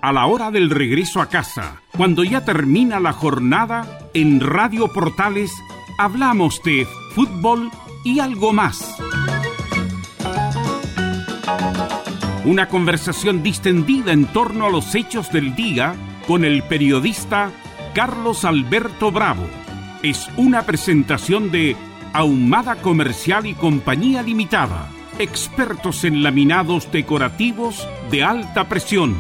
a la hora del regreso a casa, cuando ya termina la jornada, en Radio Portales hablamos de fútbol y algo más. Una conversación distendida en torno a los hechos del día con el periodista Carlos Alberto Bravo. Es una presentación de Ahumada Comercial y Compañía Limitada, expertos en laminados decorativos de alta presión.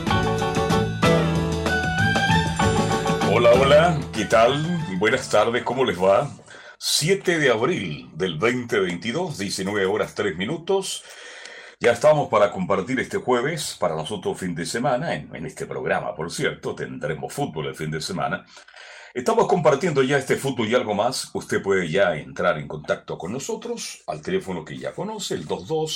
Hola, hola, ¿qué tal? Buenas tardes, ¿cómo les va? 7 de abril del 2022, 19 horas 3 minutos. Ya estamos para compartir este jueves, para nosotros fin de semana, en este programa, por cierto, tendremos fútbol el fin de semana. Estamos compartiendo ya este fútbol y algo más. Usted puede ya entrar en contacto con nosotros al teléfono que ya conoce, el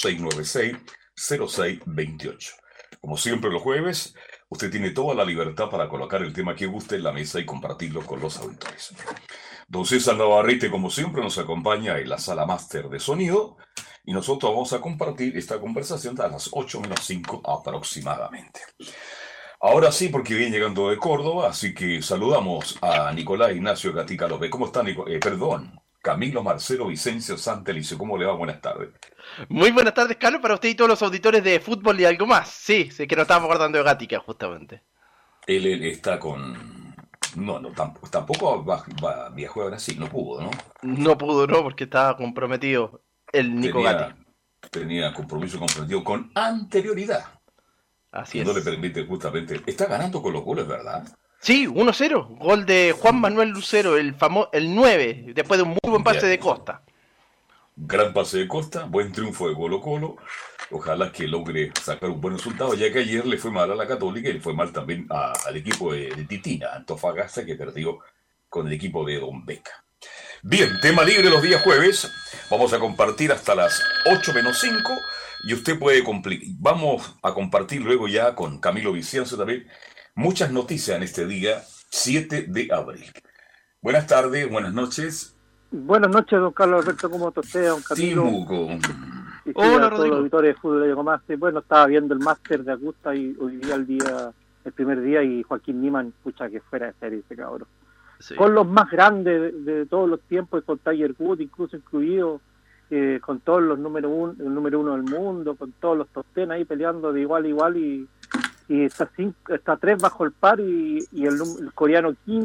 22-696-0628. Como siempre los jueves, usted tiene toda la libertad para colocar el tema que guste en la mesa y compartirlo con los auditores. Don César Navarrete, como siempre, nos acompaña en la sala máster de sonido y nosotros vamos a compartir esta conversación a las 8:05 aproximadamente. Ahora sí, porque viene llegando de Córdoba, así que saludamos a Nicolás Ignacio Gatica López. ¿Cómo está, Camilo Marcelo Vicencio Santelicio? ¿Cómo le va? Buenas tardes. Muy buenas tardes, Carlos, para usted y todos los auditores de fútbol y algo más. Sí, sé que nos estábamos acordando de Gatica, justamente. Él está con... No, tampoco viajó a Brasil, no pudo, ¿no? No pudo, no, porque estaba comprometido el Nico Gatti. Tenía compromiso comprometido con anterioridad. Así es. No le permite justamente... Está ganando con los goles, ¿verdad? Sí, 1-0. Gol de Juan Manuel Lucero, el 9, después de un muy buen pase de Costa. Gran pase de Costa, buen triunfo de Colo-Colo. Ojalá que logre sacar un buen resultado, ya que ayer le fue mal a la Católica y le fue mal también al equipo de Titina, Antofagasta, que perdió con el equipo de Don Beca. Bien, tema libre los días jueves. Vamos a compartir hasta las 8:05 y usted puede vamos a compartir luego ya con Camilo Vicencio también muchas noticias en este día 7 de abril. Buenas tardes, buenas noches. Buenas noches, don Carlos Alberto, ¿cómo te usted, don Camilo? Sí, Mugo. Hola, Rodrigo. Los auditores de fútbol y algo más. Bueno, estaba viendo el máster de Augusta y hoy día el primer día, y Joaquín Niemann, pucha, que fuera de serie ese cabrón. Sí. Con los más grandes de todos los tiempos, con Tiger Woods incluso incluido, con todos los el número uno del mundo, con todos los top 10 ahí peleando de igual a igual, y está 3 bajo el par, y el coreano Kim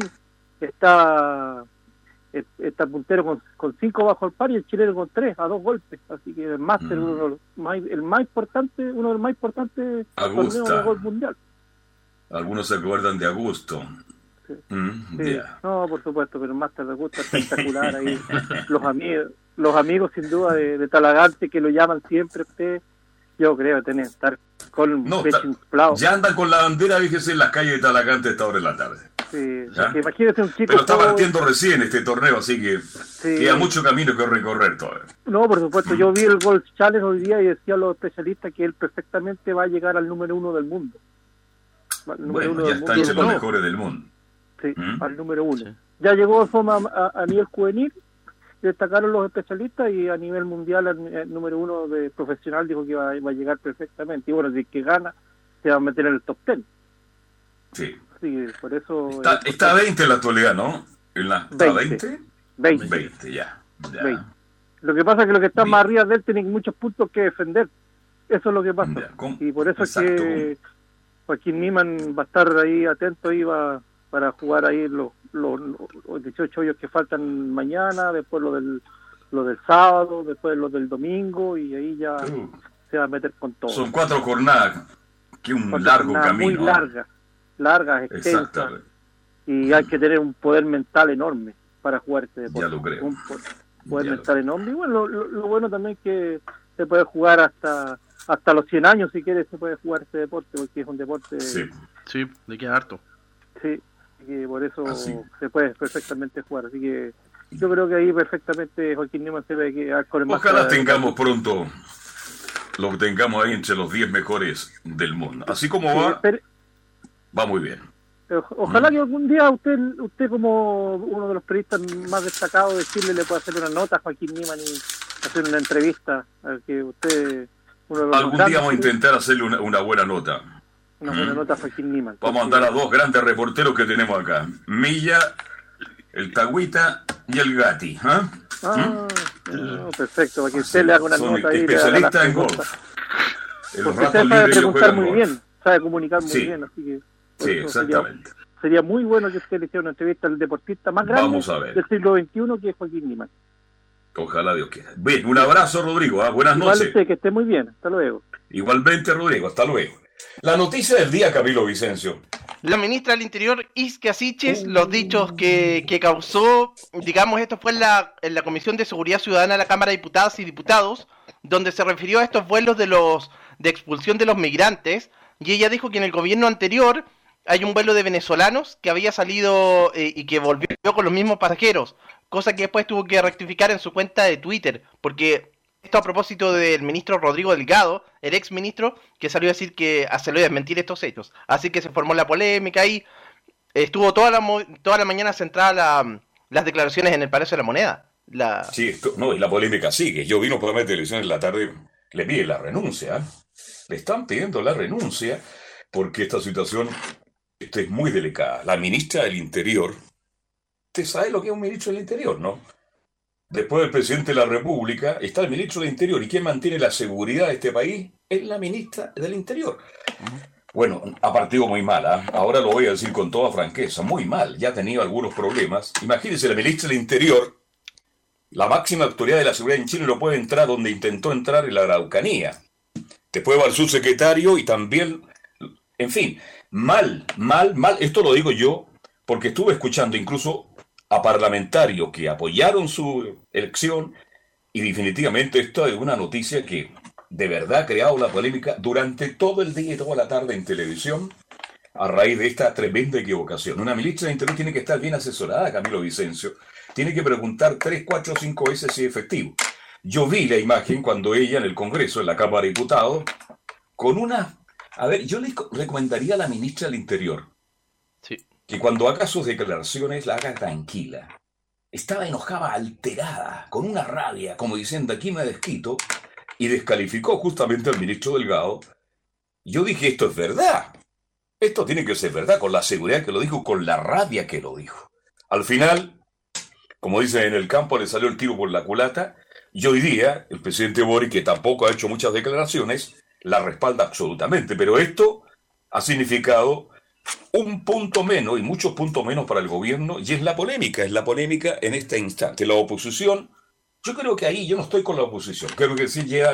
está puntero con 5 bajo el par, y el chileno con 3 a 2 golpes. Así que el máster uno de los más importantes torneos de golf mundial. Algunos se acuerdan de Augusto. Sí. Yeah. No, por supuesto, pero el máster de Augusto es espectacular. Ahí los amigos sin duda de Talagante, que lo llaman siempre usted, yo creo tener estar con pecho inflado. Ya andan con la bandera, fíjese, en las calles de Talagante a esta hora de la tarde. Sí, o sea, que imagínese un chico. Pero está partiendo recién este torneo, así que queda mucho camino que recorrer todavía. No, por supuesto, yo vi el Golf Challenge hoy día y decía a los especialistas que él perfectamente va a llegar al número 1 del mundo. Bueno, ya está entre los mejores del mundo. Sí, al número 1. Sí. Ya llegó de forma a nivel juvenil, destacaron los especialistas, y a nivel mundial el número 1 de profesional dijo que va a llegar perfectamente. Y bueno, si es que gana, se va a meter en el top 10. Sí. Sí, por eso... Está 20 en la actualidad, ¿no? ¿Está 20? 20, ya. 20. Lo que pasa es que lo que está más arriba de él tiene muchos puntos que defender. Eso es lo que pasa. Y por eso es que Joaquín Niemann va a estar ahí atento ahí para jugar ahí los 18 hoyos que faltan mañana, después lo del sábado, después lo del domingo, y ahí ya se va a meter con todo. Son 4 jornadas, que un largo camino. Muy largas, extensas, y hay que tener un poder mental enorme para jugar este deporte. Ya lo creo. Un poder mental enorme. Y bueno, lo bueno también es que se puede jugar hasta los 100 años, si quiere, se puede jugar este deporte, porque es un deporte... Sí, le queda harto. Sí, y por eso se puede perfectamente jugar. Así que yo creo que ahí perfectamente Joaquín Niemann se ve que con el más... Ojalá tengamos pronto, lo tengamos ahí entre los 10 mejores del mundo. Así como va muy bien. Ojalá que algún día usted como uno de los periodistas más destacados de Chile le pueda hacer una nota a Joaquín Niemann y hacer una entrevista, a que usted... Algún día vamos a intentar hacerle una buena nota. Una buena nota a Joaquín Niman. Vamos a andar a dos grandes reporteros que tenemos acá. Milla, el Tagüita y el Gatti. Perfecto, para que usted le haga una nota ahí. Especialista en golf. Porque usted sabe preguntar muy bien, sabe comunicar muy bien, así que... Sí, exactamente. Sería muy bueno que usted le hiciera una entrevista al deportista más grande del siglo XXI, que es Joaquín Niman. Ojalá Dios quiera. Bien, un abrazo, Rodrigo. Buenas noches. Igual que esté muy bien. Hasta luego. Igualmente, Rodrigo. Hasta luego. La noticia del día, Camilo Vicencio. La ministra del Interior, Isquia Siches, los dichos que causó, digamos, esto fue en la Comisión de Seguridad Ciudadana de la Cámara de Diputadas y Diputados, donde se refirió a estos vuelos de expulsión de los migrantes, y ella dijo que en el gobierno anterior hay un vuelo de venezolanos que había salido y que volvió con los mismos pasajeros, cosa que después tuvo que rectificar en su cuenta de Twitter, porque esto a propósito del ministro Rodrigo Delgado, el ex ministro, que salió a decir que salió a desmentir estos hechos. Así que se formó la polémica y estuvo toda la mañana centrada las declaraciones en el Palacio de la Moneda. Sí, y la polémica sigue. Yo vi un programa de televisión en la tarde, le pide la renuncia. Le están pidiendo la renuncia porque esta situación es muy delicada. La ministra del Interior, usted sabe lo que es un ministro del Interior, ¿no? Después del presidente de la República está el ministro del Interior. ¿Y quién mantiene la seguridad de este país? Es la ministra del Interior. Bueno, ha partido muy mal, ¿eh? Ahora lo voy a decir con toda franqueza. Muy mal. Ya ha tenido algunos problemas. Imagínense, la ministra del Interior, la máxima autoridad de la seguridad en Chile, no puede entrar donde intentó entrar en la Araucanía. Después va el subsecretario y también... En fin, mal. Esto lo digo yo porque estuve escuchando incluso a parlamentarios que apoyaron su elección, y definitivamente esto es una noticia que de verdad ha creado la polémica durante todo el día y toda la tarde en televisión a raíz de esta tremenda equivocación. Una ministra de Interior tiene que estar bien asesorada, Camilo Vicencio. Tiene que preguntar 3, 4, 5 veces si es efectivo. Yo vi la imagen cuando ella en el Congreso, en la Cámara de Diputados, con una... A ver, yo le recomendaría a la ministra del Interior que cuando haga sus declaraciones la haga tranquila. Estaba enojada, alterada, con una rabia, como diciendo, aquí me desquito, y descalificó justamente al ministro Delgado. Yo dije, esto es verdad. Esto tiene que ser verdad, con la seguridad que lo dijo, con la rabia que lo dijo. Al final, como dicen en el campo, le salió el tiro por la culata, y hoy día el presidente Boric, que tampoco ha hecho muchas declaraciones, la respalda absolutamente. Pero esto ha significado un punto menos y muchos puntos menos para el gobierno, y es la polémica en este instante. La oposición, yo creo que ahí yo no estoy con la oposición, creo que si llega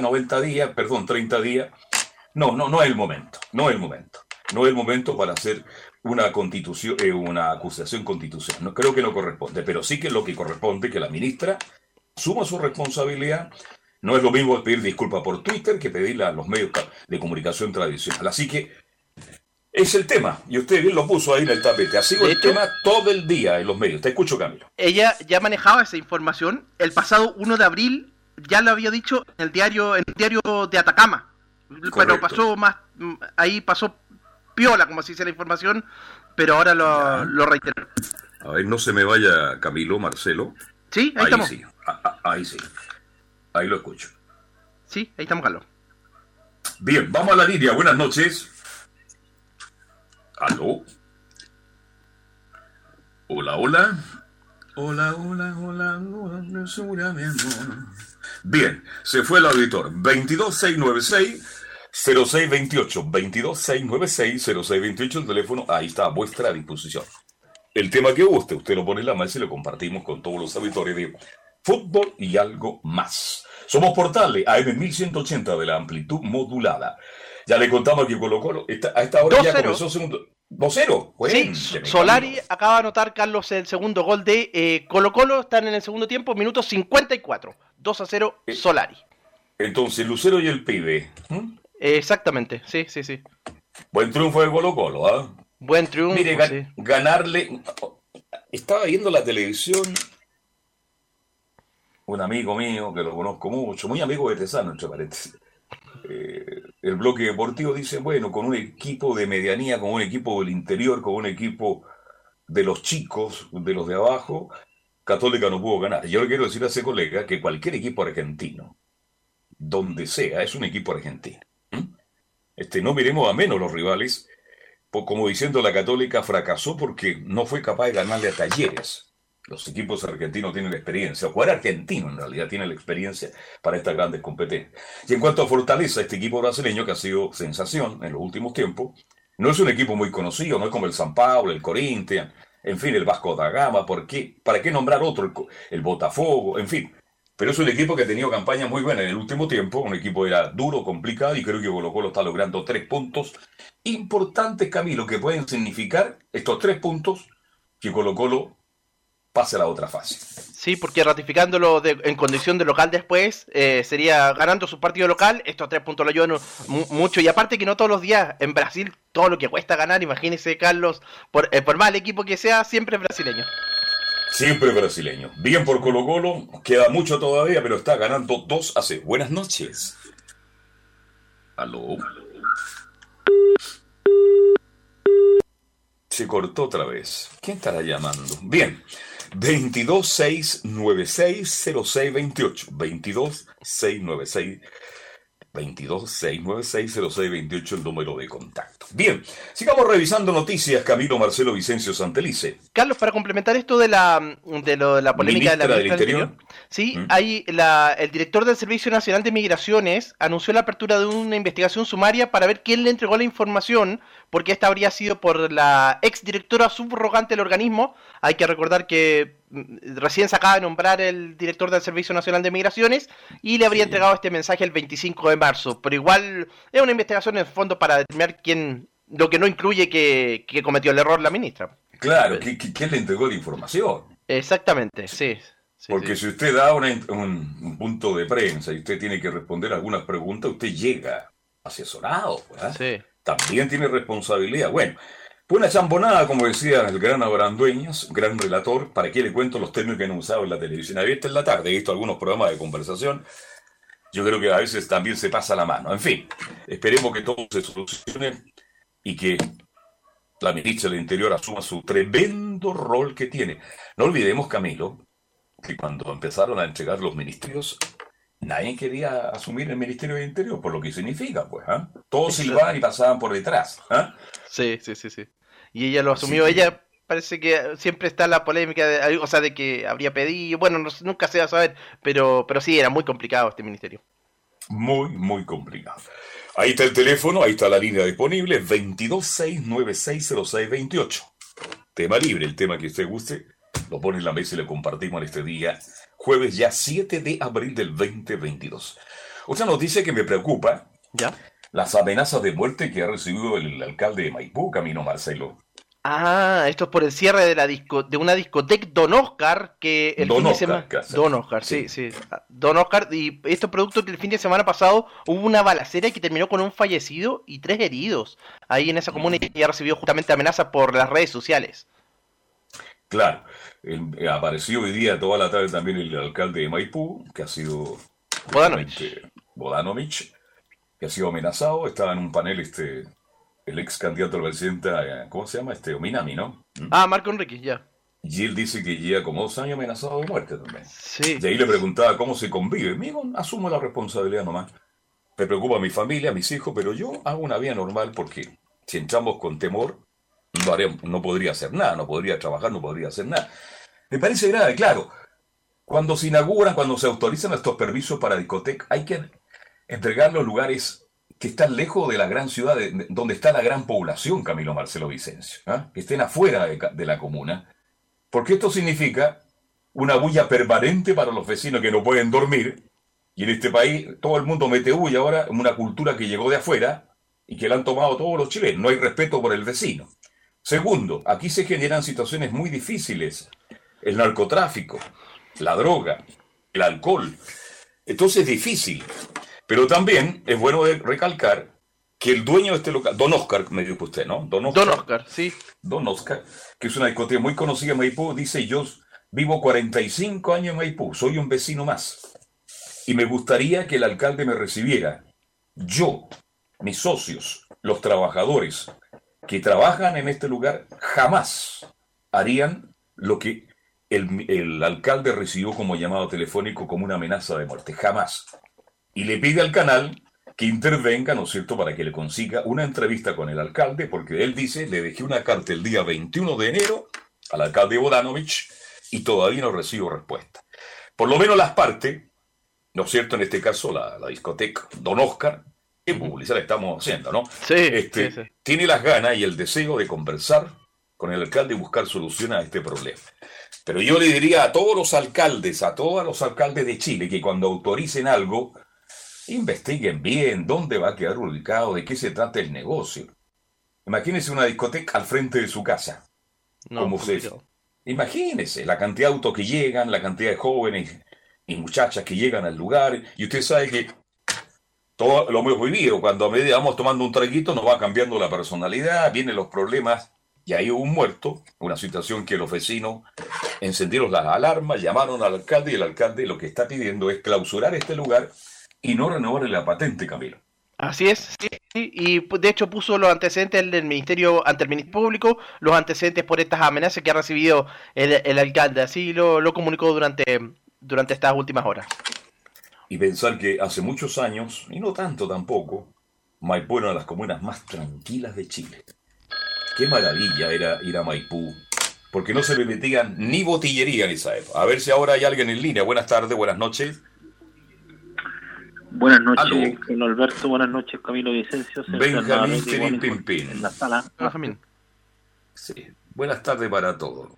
30 días, no es el momento, no es el momento para hacer una constitución, una acusación constitucional, no creo que no corresponde, pero sí que lo que corresponde que la ministra suma su responsabilidad. No es lo mismo pedir disculpas por Twitter que pedirla a los medios de comunicación tradicional, así que es el tema, y usted bien lo puso ahí en el tapete. Ha sido el tema todo el día en los medios. Te escucho, Camilo. Ella ya manejaba esa información. El pasado 1 de abril ya lo había dicho en el diario de Atacama. Correcto. Pero pasó piola, como se dice la información, pero ahora lo reitero. A ver, no se me vaya Camilo, Marcelo. Sí, ahí estamos. Sí. Ahí sí. Ahí lo escucho. Sí, ahí estamos, Carlos. Bien, vamos a la línea. Buenas noches. ¿Aló? Hola. Hola, dulzura, mi amor. Bien, se fue el auditor. 22696-0628. 22696-0628, el teléfono, ahí está a vuestra disposición. El tema que guste, usted lo pone en la mesa y lo compartimos con todos los auditores de fútbol y algo más. Somos Portales, AM 1180 de la amplitud modulada. Ya le contamos que Colo-Colo a esta hora 2-0. Ya comenzó segundo. 2-0. Sí, Solari acaba de anotar, Carlos, el segundo gol de Colo-Colo. Están en el segundo tiempo, minuto 54. 2-0 Solari. Entonces, Lucero y el pibe. Exactamente, sí. Buen triunfo de Colo-Colo, ¿ah? Buen triunfo, mire, ganarle... Estaba viendo la televisión un amigo mío, que lo conozco mucho, muy amigo de Tesano, entre paréntesis. El bloque deportivo dice, bueno, con un equipo de medianía, con un equipo del interior, con un equipo de los chicos, de los de abajo, Católica no pudo ganar. Yo le quiero decir a ese colega que cualquier equipo argentino, donde sea, es un equipo argentino. No miremos a menos los rivales, como diciendo la Católica, fracasó porque no fue capaz de ganarle a Talleres. Los equipos argentinos tienen experiencia, o jugar argentino en realidad tiene la experiencia para estas grandes competencias. Y en cuanto a Fortaleza, este equipo brasileño que ha sido sensación en los últimos tiempos, no es un equipo muy conocido, no es como el San Paulo, el Corinthians, en fin, el Vasco da Gama, ¿para qué nombrar otro? El Botafogo, en fin. Pero es un equipo que ha tenido campañas muy buenas en el último tiempo, un equipo era duro, complicado, y creo que Colo-Colo está logrando 3 puntos importantes, Camilo, que pueden significar estos 3 puntos que Colo-Colo pase a la otra fase. Sí, porque ratificándolo en condición de local después, sería ganando su partido local, estos 3 puntos lo ayudan mucho, y aparte que no todos los días en Brasil, todo lo que cuesta ganar, imagínese Carlos, por mal equipo que sea, siempre es brasileño. Siempre brasileño. Bien por Colo-Colo, queda mucho todavía, pero está ganando 2-0. Buenas noches. ¿Aló? Se cortó otra vez. ¿Quién estará llamando? Bien. 226960628. 226960628 el número de contacto. Bien, sigamos revisando noticias. Camilo Marcelo Vicencio Santelice. Carlos, para complementar esto de la polémica de la ministra del Interior, sí, hay el director del Servicio Nacional de Migraciones anunció la apertura de una investigación sumaria para ver quién le entregó la información, porque esta habría sido por la exdirectora subrogante del organismo. Hay que recordar que recién se acaba de nombrar el director del Servicio Nacional de Migraciones y le habría entregado este mensaje el 25 de marzo, pero igual es una investigación en el fondo para determinar quién, lo que no incluye que cometió el error la ministra. Claro, ¿quién le entregó la información? Exactamente, sí. Porque si usted da un punto de prensa y usted tiene que responder algunas preguntas, usted llega asesorado, ¿verdad? Sí. También tiene responsabilidad. Bueno, fue una chambonada, como decía el gran Abraham Dueñas, gran relator. ¿Para qué le cuento los términos que han usado en la televisión abierta en la tarde? He visto algunos programas de conversación. Yo creo que a veces también se pasa la mano. En fin, esperemos que todo se solucione y que la ministra del Interior asuma su tremendo rol que tiene. No olvidemos, Camilo, que cuando empezaron a entregar los ministerios, nadie quería asumir el Ministerio del Interior, por lo que significa, pues, ¿eh? Todos silbaban y pasaban por detrás, ¿eh? Sí. Y ella lo asumió, sí. Ella parece que siempre está la polémica, de que habría pedido, bueno, nunca se va a saber, pero sí, era muy complicado este ministerio. Muy, muy complicado. Ahí está el teléfono, ahí está la línea disponible, 226960628. Tema libre, el tema que usted guste, lo pone en la mesa y le compartimos en este día, jueves ya 7 de abril del 2022. Otra noticia que me preocupa, ¿ya? Las amenazas de muerte que ha recibido el alcalde de Maipú, Camilo Marcelo. Esto es por el cierre de una discoteca Don Oscar, que el fin de semana... Don Oscar, sí. Don Oscar, y esto es producto que el fin de semana pasado hubo una balacera que terminó con un fallecido y 3 heridos. Ahí en esa comuna y ha recibido justamente amenazas por las redes sociales. Claro, apareció hoy día toda la tarde también el alcalde de Maipú, que ha sido... Bodanovich, que ha sido amenazado. Estaba en un panel el ex candidato a la presidencia, ¿cómo se llama? Ominami, ¿no? Marco Enrique, ya. Y él dice que lleva como 2 años amenazado de muerte también. Sí. Y ahí le preguntaba cómo se convive. Amigo, asumo la responsabilidad nomás. Me preocupa mi familia, mis hijos, pero yo hago una vida normal porque si entramos con temor, no podría hacer nada, no podría trabajar, no podría hacer nada. Me parece grave, claro. Cuando se inauguran, cuando se autorizan estos permisos para discoteca, hay que entregar los lugares que están lejos de la gran ciudad, donde está la gran población, Camilo Marcelo Vicencio, que estén afuera de la comuna, porque esto significa una bulla permanente para los vecinos que no pueden dormir, y en este país todo el mundo mete bulla ahora, en una cultura que llegó de afuera y que la han tomado todos los chilenos, no hay respeto por el vecino. Segundo, aquí se generan situaciones muy difíciles, el narcotráfico, la droga, el alcohol, entonces es difícil. Pero también es bueno recalcar que el dueño de este local, Don Oscar, me dijo usted, ¿no? Don Oscar, sí. Don Oscar, que es una discoteca muy conocida en Maipú, dice: yo vivo 45 años en Maipú, soy un vecino más. Y me gustaría que el alcalde me recibiera. Yo, mis socios, los trabajadores que trabajan en este lugar, jamás harían lo que el alcalde recibió como llamado telefónico como una amenaza de muerte. Jamás. Y le pide al canal que intervenga, ¿no es cierto?, para que le consiga una entrevista con el alcalde, porque él dice, le dejé una carta el día 21 de enero al alcalde Bodanovich y todavía no recibo respuesta. Por lo menos las partes, ¿no es cierto?, en este caso la discoteca Don Oscar, ¿qué publicidad estamos haciendo, no? Sí, sí. Tiene las ganas y el deseo de conversar con el alcalde y buscar solución a este problema. Pero yo le diría a todos los alcaldes de Chile, que cuando autoricen algo, investiguen bien dónde va a quedar ubicado, de qué se trata el negocio. Imagínense una discoteca al frente de su casa. Imagínense la cantidad de autos que llegan, la cantidad de jóvenes y muchachas que llegan al lugar. Y usted sabe que todo lo hemos vivido. Cuando a medida vamos tomando un traguito nos va cambiando la personalidad, vienen los problemas. Y ahí hubo un muerto, una situación que los vecinos encendieron las alarmas, llamaron al alcalde y el alcalde lo que está pidiendo es clausurar este lugar y no renovarle la patente, Camilo. Así es, sí, y de hecho puso los antecedentes ante el Ministerio Público, los antecedentes por estas amenazas que ha recibido el alcalde, así lo comunicó durante estas últimas horas. Y pensar que hace muchos años, y no tanto tampoco, Maipú era una de las comunas más tranquilas de Chile. Qué maravilla era ir a Maipú, porque no se le metían ni botillería en esa época. A ver si ahora hay alguien en línea. Buenas tardes, buenas noches. Buenas noches, don Alberto. Buenas noches, Camilo Vicencio. Benjamín Pimpín. En la sala. Benjamín. Sí. Buenas tardes para todos.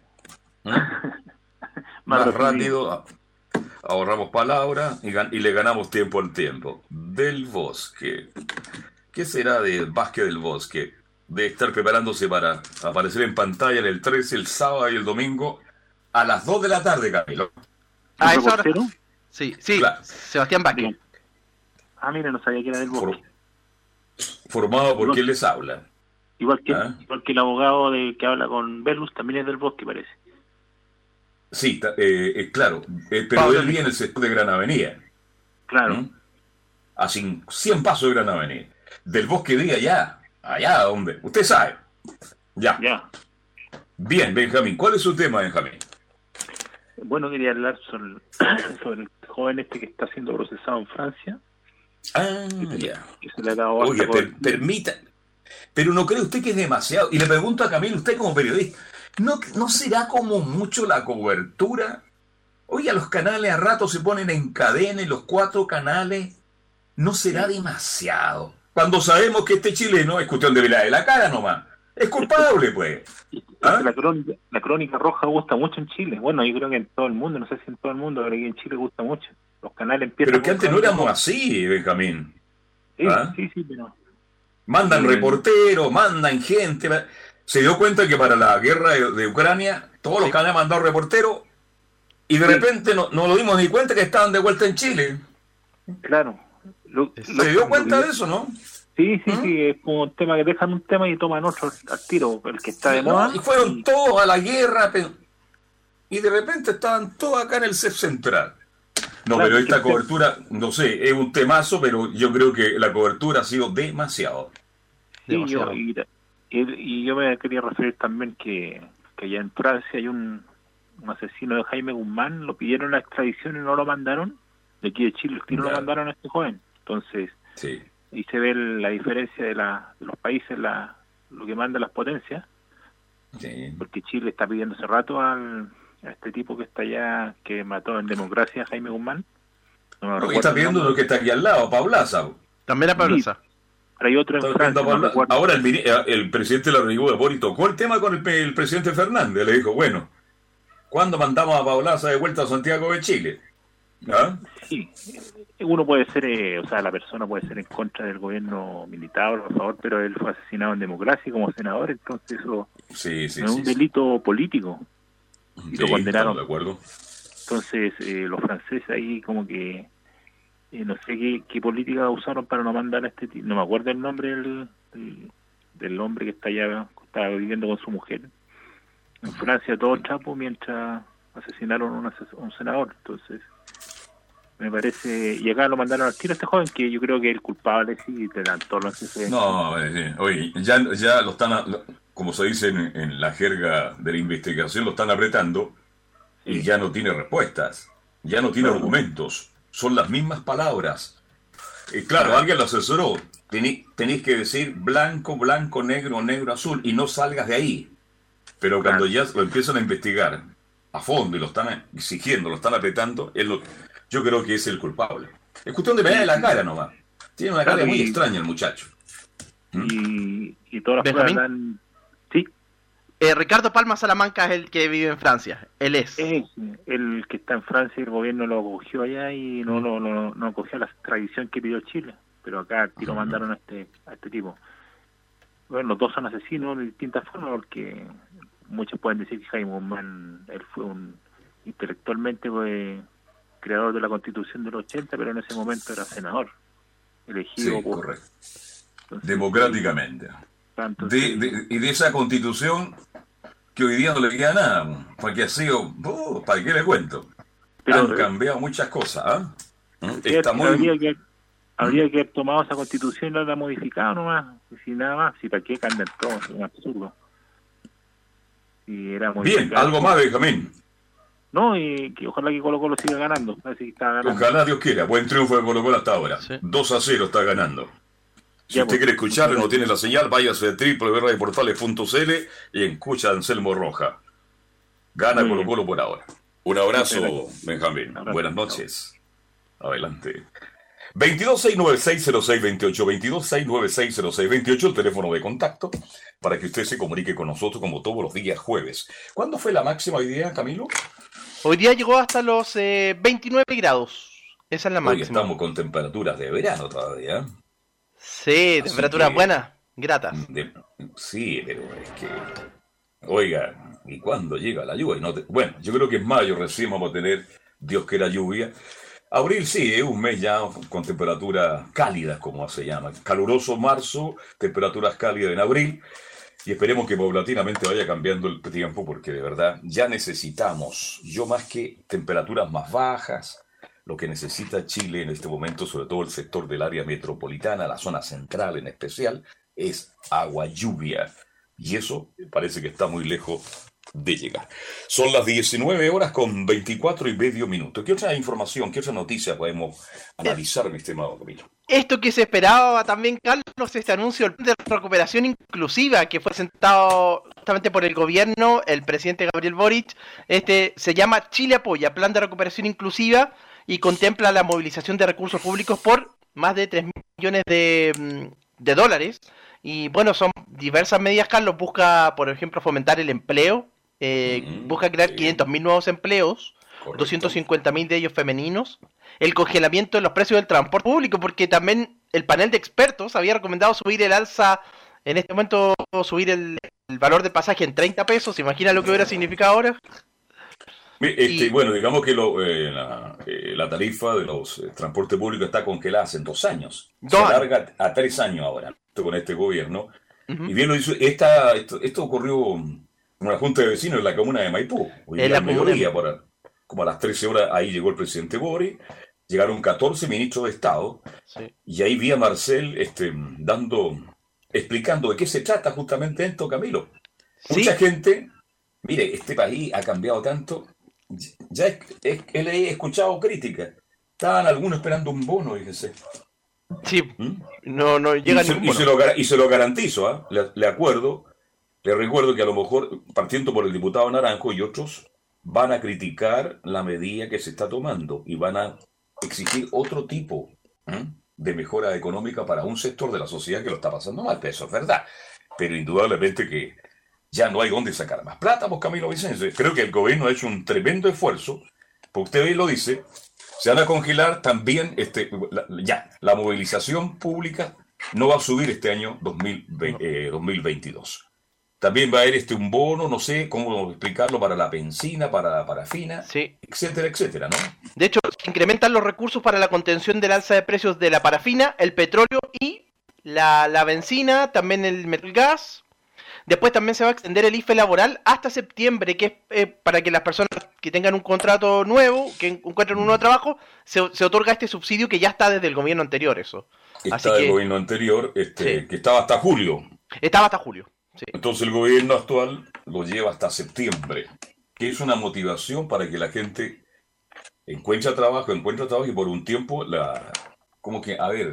Más rápido, ahorramos palabras y le ganamos tiempo al tiempo. Del Bosque. ¿Qué será del Vázquez del Bosque? De estar preparándose para aparecer en pantalla en el 13, el sábado y el domingo a las 2 de la tarde, Camilo. ¿Ah, eso ahora? Sí, claro. Sebastián Vázquez. Mira, no sabía que era del Bosque. Formado por quien les habla. Igual que el abogado que habla con Velus, también es del Bosque, parece. Sí, claro. Pero él viene en el sector de Gran Avenida. Claro. A 100 pasos de Gran Avenida. Del Bosque de allá donde. Usted sabe. Ya. Bien, Benjamín. ¿Cuál es su tema, Benjamín? Bueno, quería hablar sobre el joven que está siendo procesado en Francia. Que se le ha dado. Oiga, permita. Pero ¿no cree usted que es demasiado? Y le pregunto a Camilo, usted como periodista, ¿no será como mucho la cobertura? Oiga, los canales a rato se ponen en cadena, los 4 canales. ¿No será demasiado? Cuando sabemos que este chileno es cuestión de velar de la cara nomás. Es culpable, pues. La crónica roja gusta mucho en Chile. Bueno, yo creo que en todo el mundo, no sé si en todo el mundo, pero aquí en Chile gusta mucho. Los canales empiezan... Pero que antes no éramos así, Benjamín. Sí, pero... Mandan reporteros, mandan gente. Se dio cuenta que para la guerra de Ucrania, todos los canales mandaron reporteros y de repente no nos dimos ni cuenta que estaban de vuelta en Chile. Claro. ¿Se dio cuenta de eso, no? Sí, es como un tema que dejan un tema y toman otro al tiro, el que está de moda. Y fueron todos a la guerra y de repente estaban todos acá en el CEP Central. No, claro, pero esta cobertura, no sé, es un temazo, pero yo creo que la cobertura ha sido demasiado. Sí, yo me quería referir también que allá en Francia hay un asesino de Jaime Guzmán, lo pidieron la extradición y no lo mandaron. De aquí de Chile, no lo mandaron a este joven. Entonces, sí. Y se ve la diferencia de los países, lo que mandan las potencias. Sí. Porque Chile está pidiendo hace rato a este tipo que está allá, que mató en democracia a Jaime Guzmán. No, está pidiendo lo que está aquí al lado, Paulaza. También a Paulaza. Sí. Pero hay otro en Francia. Ahora el presidente de la República de Boris tocó el tema con el presidente Fernández. Le dijo, bueno, ¿cuándo mandamos a Paulaza de vuelta a Santiago de Chile? Sí, uno puede ser, la persona puede ser en contra del gobierno militar o a favor, pero él fue asesinado en democracia como senador, entonces eso es un delito político y lo condenaron. De acuerdo. Entonces los franceses ahí como que no sé qué política usaron para no mandar a este tipo, no me acuerdo el nombre del hombre que está allá, que estaba viviendo con su mujer en Francia, todo trapo, mientras asesinaron a un senador. Entonces me parece, y acá lo mandaron al tiro a este joven, que yo creo que es el culpable, sí, te dan todos los antecedentes. No, oye, ya lo están, como se dice en la jerga de la investigación, lo están apretando, sí. Y ya no tiene respuestas, ya no tiene argumentos, son las mismas palabras. Claro, alguien lo asesoró. Tenéis que decir blanco, blanco, negro, negro, azul, y no salgas de ahí. Pero cuando ya lo empiezan a investigar a fondo y lo están exigiendo, lo están apretando, yo creo que es el culpable. Es cuestión de mirar la cara nomás. Tiene una cara muy extraña el muchacho. Y todas las pruebas dan... Sí. Ricardo Palma Salamanca es el que vive en Francia. Él es. El que está en Francia, el gobierno lo acogió allá y no acogió la extradición que pidió Chile. Pero acá lo mandaron a este tipo. Bueno, los dos son asesinos de distintas formas, porque muchos pueden decir que Jaime Guzmán, él fue intelectualmente creador de la Constitución del 80, pero en ese momento era senador, elegido correcto. Democráticamente. Y de esa Constitución que hoy día no le queda nada, porque ha sido, ¿para qué le cuento? Pero han cambiado muchas cosas, Está habría que haber tomado esa Constitución y la modificado nomás, y sin nada más, y para qué cambian todo, es un absurdo. Y era bien, algo más, Benjamín. No, y que ojalá que Colo Colo siga ganando, así que está ganando. Ojalá Dios quiera, buen triunfo de Colo Colo hasta ahora, sí. 2-0 está ganando. Si usted quiere escucharlo y no tiene la señal, váyase a www.radioportales.cl y escucha a Anselmo Roja. Gana Colo Colo por ahora. Un abrazo, Benjamín. Buenas noches. Adelante. 22-696-0628, 22-696-0628, el teléfono de contacto, para que usted se comunique con nosotros como todos los días jueves. ¿Cuándo fue la máxima hoy día, Camilo? Hoy día llegó hasta los 29 grados. Esa es la máxima. Hoy estamos con temperaturas de verano todavía. Sí, temperaturas buenas, gratas. Sí, pero es que... Oiga, ¿y cuándo llega la lluvia? Bueno, yo creo que en mayo recién vamos a tener, Dios quiera, lluvia. Abril sí, es un mes ya con temperaturas cálidas, como se llama. Caluroso marzo, temperaturas cálidas en abril. Y esperemos que paulatinamente vaya cambiando el tiempo, porque de verdad ya necesitamos, yo más que temperaturas más bajas, lo que necesita Chile en este momento, sobre todo el sector del área metropolitana, la zona central en especial, es agua, lluvia. Y eso parece que está muy lejos de llegar. Son las 19:24 ¿Qué otra información, qué otra noticia podemos analizar, mi estimado Camilo? Esto que se esperaba también, Carlos, este anuncio del plan de recuperación inclusiva que fue presentado justamente por el gobierno, el presidente Gabriel Boric, se llama Chile Apoya, Plan de Recuperación Inclusiva, y contempla la movilización de recursos públicos por más de 3 millones de dólares. Y bueno, son diversas medidas, Carlos. Busca, por ejemplo, fomentar el empleo, busca crear 500.000 nuevos empleos, 250.000 de ellos femeninos, el congelamiento de los precios del transporte público, porque también el panel de expertos había recomendado subir el alza, en este momento subir el valor del pasaje en 30 pesos. ¿Se imagina lo que hubiera significado ahora? Bueno, digamos que la tarifa de los transportes públicos está congelada hace 2 años. Se alarga a 3 años ahora con este gobierno. Y bien lo hizo. Esto ocurrió en una junta de vecinos en la comuna de Maipú. Hoy día al mediodía, como a las 13 horas, ahí llegó el presidente Boric. Llegaron 14 ministros de Estado. Sí. Y ahí vi a Marcel explicando de qué se trata justamente esto, Camilo. ¿Sí? Mucha gente, mire, este país ha cambiado tanto. Ya he escuchado críticas. Estaban algunos esperando un bono, fíjese. Sí, no llega ningún bono. Y se lo garantizo, le recuerdo que a lo mejor, partiendo por el diputado Naranjo y otros, van a criticar la medida que se está tomando y van a exigir otro tipo de mejora económica para un sector de la sociedad que lo está pasando mal. Eso es verdad. Pero indudablemente que ya no hay dónde sacar más plata, pues, Camilo Vicencio. Creo que el gobierno ha hecho un tremendo esfuerzo, porque usted hoy lo dice, se van a congelar también, la movilización pública no va a subir este año 2022. También va a haber un bono, no sé cómo explicarlo, para la benzina, para la parafina, sí, etcétera, etcétera, ¿no? De hecho, se incrementan los recursos para la contención del alza de precios de la parafina, el petróleo y la benzina, también el gas. Después también se va a extender el IFE laboral hasta septiembre, que es para que las personas que tengan un contrato nuevo, que encuentren un nuevo trabajo, se otorga este subsidio que ya está desde el gobierno anterior, eso. Está del gobierno anterior, sí, que estaba hasta julio. Estaba hasta julio, sí. Entonces el gobierno actual lo lleva hasta septiembre, que es una motivación para que la gente encuentre trabajo y por un tiempo como que, a ver,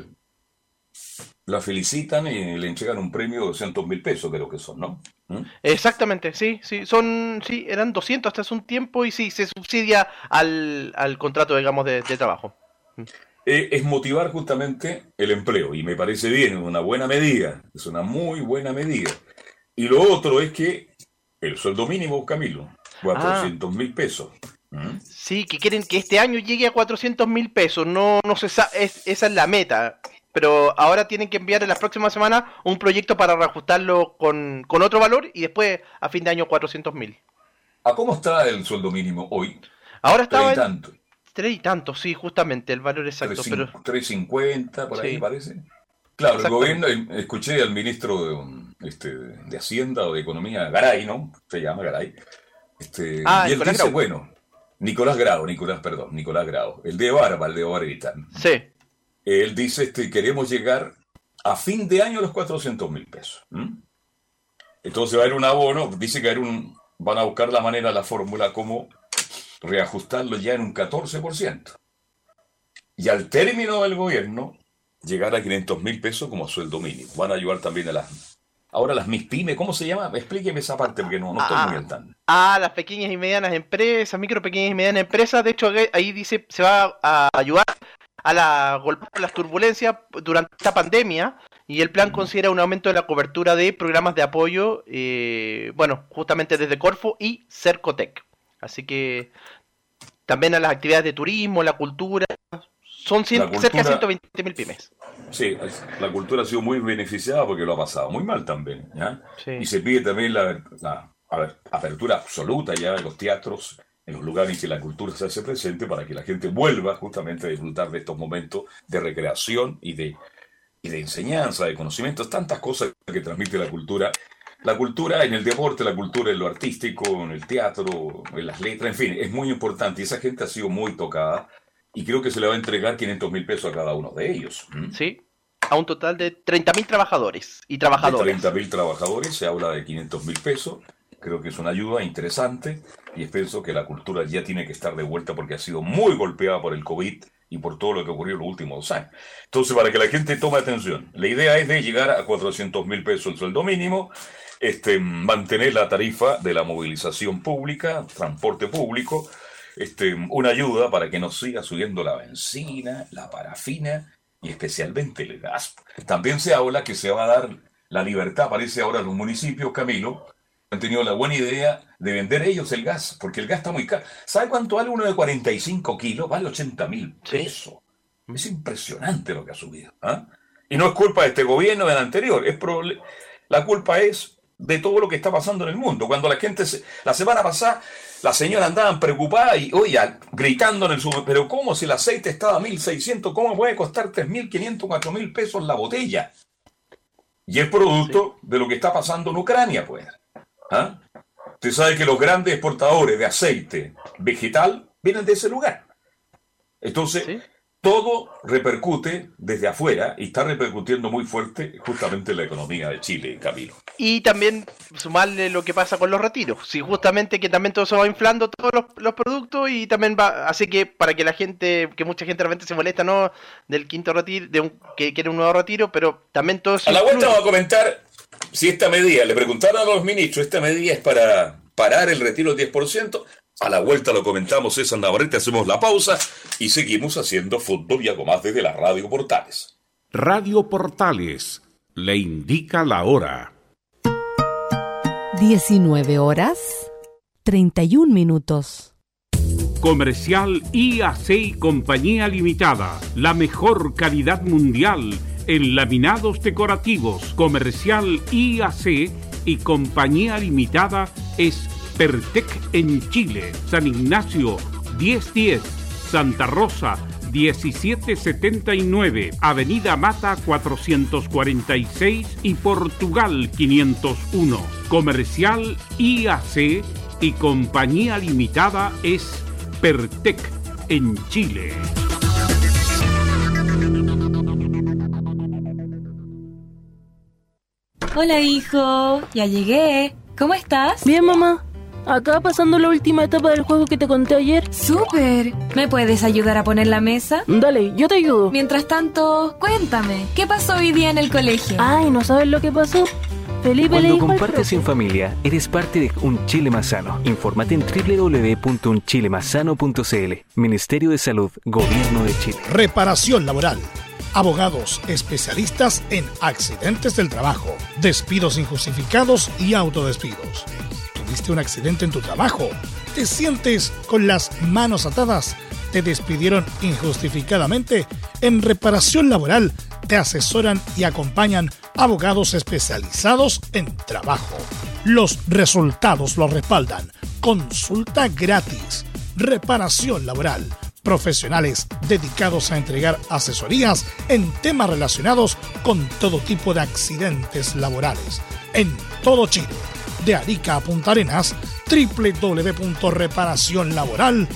la felicitan y le entregan un premio de 200.000 pesos, creo que son, ¿no? Exactamente, sí, eran 200 hasta hace un tiempo y sí, se subsidia al contrato, digamos, de trabajo. Es motivar justamente el empleo, y me parece bien, es una buena medida, es una muy buena medida. Y lo otro es que el sueldo mínimo, Camilo, 400.000 pesos. Sí, que quieren que este año llegue a 400.000 pesos, no se sabe, esa es la meta. Pero ahora tienen que enviar en las próximas semanas un proyecto para reajustarlo con otro valor y después a fin de año 400.000. ¿A cómo está el sueldo mínimo hoy? Ahora estaba 3 y tanto. 3 y tanto, sí, justamente, el valor exacto. 3.50, por ahí sí. Parece. Claro, el gobierno, escuché al ministro de Hacienda o de Economía, Garay, ¿no? Se llama Garay. Y él dice, bueno, Nicolás Grau, el de Barba Vitán. Sí. Él dice, queremos llegar a fin de año a los 400.000 pesos. Entonces va a haber un abono, dice que van a buscar la manera, la fórmula, como reajustarlo ya en un 14%. Y al término del gobierno, llegar a 500.000 pesos como sueldo mínimo. Van a ayudar también a las MIPYME, ¿cómo se llama? Explíqueme esa parte porque no estoy muy al tanto. Las pequeñas y medianas empresas, pequeñas y medianas empresas. De hecho, ahí dice, se va a ayudar a golpear las turbulencias durante esta pandemia, y el plan considera un aumento de la cobertura de programas de apoyo, justamente desde Corfo y Cercotec. Así que también a las actividades de turismo, la cultura, son cerca de 120.000 pymes. Sí, la cultura ha sido muy beneficiada porque lo ha pasado muy mal también, ¿ya? Sí. Y se pide también la apertura absoluta ya de los teatros, en los lugares en que la cultura se hace presente, para que la gente vuelva justamente a disfrutar de estos momentos de recreación y de enseñanza, de conocimientos, tantas cosas que transmite la cultura. La cultura en el deporte, la cultura en lo artístico, en el teatro, en las letras, en fin, es muy importante, y esa gente ha sido muy tocada, y creo que se le va a entregar 500.000 pesos a cada uno de ellos. Sí, a un total de 30.000 trabajadores y trabajadoras. De 30.000 trabajadores, se habla de 500.000 pesos. Creo que es una ayuda interesante, y pienso que la cultura ya tiene que estar de vuelta porque ha sido muy golpeada por el COVID y por todo lo que ocurrió en los últimos 2 años. Entonces, para que la gente tome atención, la idea es de llegar a 400.000 pesos el sueldo mínimo, mantener la tarifa de la movilización pública, transporte público, una ayuda para que no siga subiendo la benzina, la parafina y especialmente el gas. También se habla que se va a dar la libertad, parece ahora, a los municipios, Camilo, han tenido la buena idea de vender ellos el gas, porque el gas está muy caro. ¿Sabe cuánto vale uno de 45 kilos? Vale 80.000 pesos. Sí. Es impresionante lo que ha subido. Y no es culpa de este gobierno, del anterior. La culpa es de todo lo que está pasando en el mundo. Cuando la gente, la semana pasada, las señoras andaban preocupadas y, gritando en el supermercado, pero ¿cómo si el aceite estaba a 1.600? ¿Cómo puede costar 3.500, 4.000 pesos la botella? Y es producto de lo que está pasando en Ucrania, pues. Usted sabe que los grandes exportadores de aceite vegetal vienen de ese lugar. Entonces, todo repercute desde afuera, y está repercutiendo muy fuerte justamente en la economía de Chile, Camilo. Y también sumarle lo que pasa con los retiros. Sí, justamente que también todo se va inflando, todos los productos, y también va, así que para que la gente, que mucha gente realmente se molesta, ¿no?, del quinto retiro, que quiere un nuevo retiro, pero también todo eso. A la vuelta vamos a comentar si esta medida, le preguntaron a los ministros, esta medida es para parar el retiro del 10%. A la vuelta lo comentamos, César Navarrete, hacemos la pausa y seguimos haciendo fútbol y algo más desde la Radio Portales. Radio Portales le indica la hora. 19:31. Comercial IAC y Compañía Limitada, la mejor calidad mundial en laminados decorativos. Comercial IAC y Compañía Limitada es Pertec en Chile, San Ignacio 1010, Santa Rosa 1779, Avenida Mata 446 y Portugal 501. Comercial IAC y Compañía Limitada es Pertec en Chile. Hola, hijo, ya llegué. ¿Cómo estás? Bien, mamá. Acá pasando la última etapa del juego que te conté ayer. ¡Súper! ¿Me puedes ayudar a poner la mesa? Dale, yo te ayudo. Mientras tanto, cuéntame, ¿qué pasó hoy día en el colegio? Ay, ¿no sabes lo que pasó? Felipe Cuando le dijo compartes en familia, eres parte de Un Chile Más Sano. Infórmate en www.unchilemasano.cl. Ministerio de Salud, Gobierno de Chile. Reparación laboral. Abogados especialistas en accidentes del trabajo, despidos injustificados y autodespidos. ¿Tuviste un accidente en tu trabajo? ¿Te sientes con las manos atadas? ¿Te despidieron injustificadamente? En Reparación Laboral te asesoran y acompañan abogados especializados en trabajo. Los resultados los respaldan. Consulta gratis. Reparación Laboral. Profesionales dedicados a entregar asesorías en temas relacionados con todo tipo de accidentes laborales. En todo Chile. De Arica a Punta Arenas, www.reparacionlaboral.cl.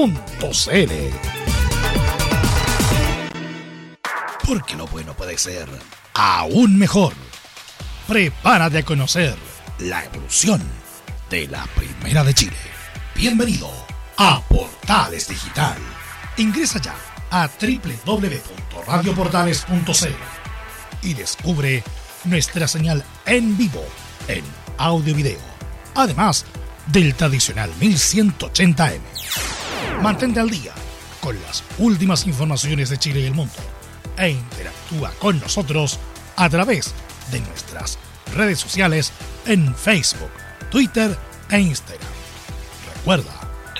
Porque lo bueno puede ser aún mejor. Prepárate a conocer la evolución de la Primera de Chile. Bienvenido a Portales Digital. Ingresa ya a www.radioportales.cl y descubre nuestra señal en vivo en audio y video, además del tradicional 1180M. Mantente al día con las últimas informaciones de Chile y el mundo e interactúa con nosotros a través de nuestras redes sociales en Facebook, Twitter e Instagram. Recuerda